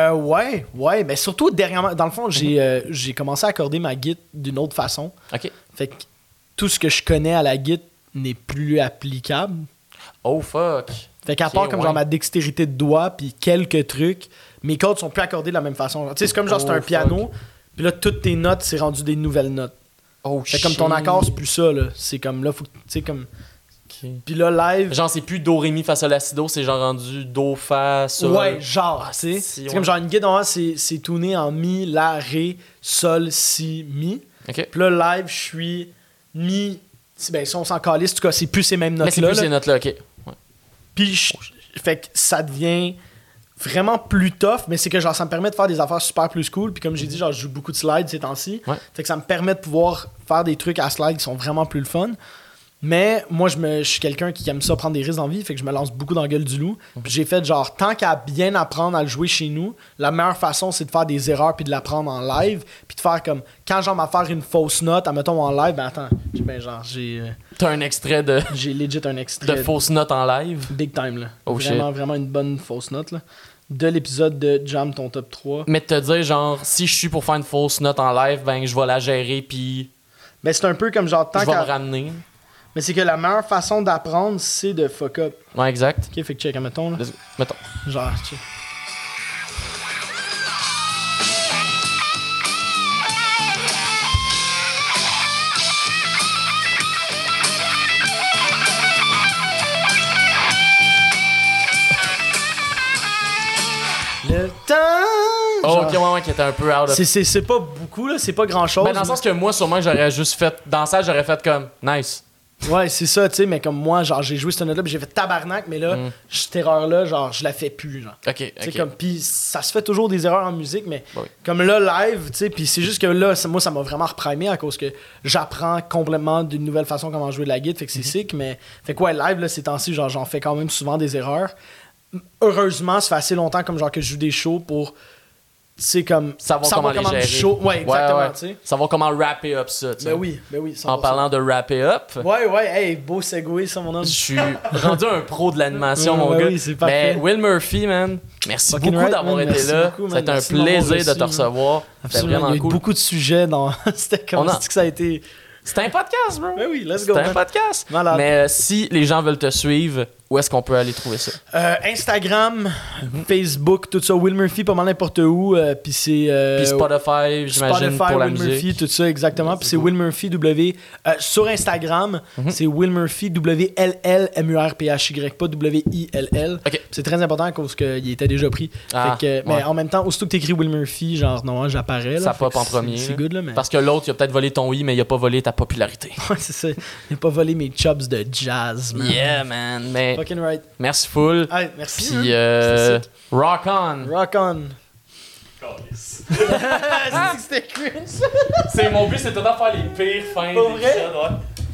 Ouais, mais surtout dernièrement, dans le fond, j'ai commencé à accorder ma guitare d'une autre façon. Ok. Fait que tout ce que je connais à la guitare n'est plus applicable. Oh fuck. Fait qu'à Ok, part comme ouais. genre ma dextérité de doigt puis quelques trucs, mes cordes sont plus accordées de la même façon. Tu sais, c'est comme genre c'est un Oh, piano, puis là toutes tes notes c'est rendu des nouvelles notes. Oh Fait comme ton accord c'est plus ça là, c'est comme là faut que tu sais comme Ok. puis là live Genre, c'est plus do, ré, mi, fa, sol, la, si, do, c'est genre rendu do, fa, sol. ouais, genre, tu sais. si, C'est ouais. comme genre une guide normalement c'est tuné en mi, la, ré, sol, si, mi. Ok. Puis là live je suis mi ben si on s'en calisse, en tout cas c'est plus ces mêmes Mais notes c'est là. plus ces notes-là, ok. Ouais. Puis, fait que ça devient vraiment plus tough, mais c'est que genre ça me permet de faire des affaires super plus cool. Puis comme j'ai dit, genre je joue beaucoup de slides ces temps-ci. Ouais. Fait que ça me permet de pouvoir faire des trucs à slide qui sont vraiment plus le fun. Mais moi, je suis quelqu'un qui aime ça prendre des risques dans la vie, fait que je me lance beaucoup dans la gueule du loup. Puis j'ai fait genre, tant qu'à bien apprendre à le jouer chez nous, la meilleure façon, c'est de faire des erreurs puis de l'apprendre en live. Puis de faire comme, quand genre m'a faire une fausse note, admettons en live, ben attends, T'as un extrait de j'ai legit un extrait. fausses notes en live. Big time, là. Oh, vraiment une bonne fausse note, là. de l'épisode de Jam ton top 3. Mais de te dire, genre, si je suis pour faire une fausse note en live, ben, je vais la gérer, puis Mais c'est un peu comme genre, tant je vais me qu'à... ramener. Mais c'est que la meilleure façon d'apprendre, c'est de fuck up. Ouais, exact. Ok, fait que check, mettons, là. Let's go. Mettons. Genre, check. Le temps... Oh, genre, ok, ouais, qui était un peu out of. c'est pas beaucoup, là, c'est pas grand-chose. Ben, dans le sens que moi, sûrement, j'aurais juste fait. Dans ça, j'aurais fait comme nice. Ouais, c'est ça, tu sais, mais comme moi, genre, j'ai joué cette note-là, puis j'ai fait tabarnak, mais là, cette erreur-là, genre, je la fais plus, genre. Ok, Tu sais, ok. comme, pis ça se fait toujours des erreurs en musique, mais Oui. comme là, live, tu sais, pis c'est juste que là, moi, ça m'a vraiment reprimé à cause que j'apprends complètement d'une nouvelle façon comment jouer de la guitare, fait que c'est sick, mais, fait que ouais, live, là, ces temps-ci, genre, j'en fais quand même souvent des erreurs. Heureusement, ça fait assez longtemps, comme, genre, que je joue des shows pour, tu sais, comme, Savoir comment les gérer. show. Ouais, exactement, Ouais. tu sais. Savoir comment wrapper up ça, tu sais. Ben oui, 100%. En parlant de wrapper up, Ouais, hey, beau segway, ça, mon homme. je suis rendu un pro de l'animation, mon Ouais, gars. oui, c'est parfait. Mais Will Murphy, man, merci Fucking beaucoup right, d'avoir man. été Merci là. beaucoup, Ça a été man. un Merci de m'avoir plaisir de reçu, te man. recevoir. C'était Absolument, vraiment il y a eu cool. beaucoup de sujets dans... C'était comme On a- que ça a été... C'était un podcast, bro. Ben oui, let's go, C'était un man. podcast. Malade. Mais si les gens veulent te suivre, où est-ce qu'on peut aller trouver ça? Instagram, Facebook, tout ça, Will Murphy, pas mal n'importe où. Puis c'est. Puis Spotify, j'imagine, Spotify, pour la Will musique. Murphy, tout ça, exactement. Puis c'est Will Murphy W. Sur Instagram, c'est Will Murphy WLLMURPHY, pas WILL. Ok. C'est très important à cause qu'il était déjà pris. Ah, Fait que, mais ouais. en même temps, aussitôt que t'écris Will Murphy, genre, non, j'apparais. Là, Ça Fait pop que en premier, C'est là. good, là, mais. Parce que l'autre, il a peut-être volé ton i, mais il a pas volé ta popularité. Ouais, c'est ça. Il a pas volé mes chops de jazz, man. Yeah, man. Mais Fucking right. merci full. Hey, merci. Puis man. C'était sick. rock on. Rock on. Calice. C'était cringe. C'est mon but, c'est tout le temps faire les pires fins Pour des vrai? épisodes, ouais.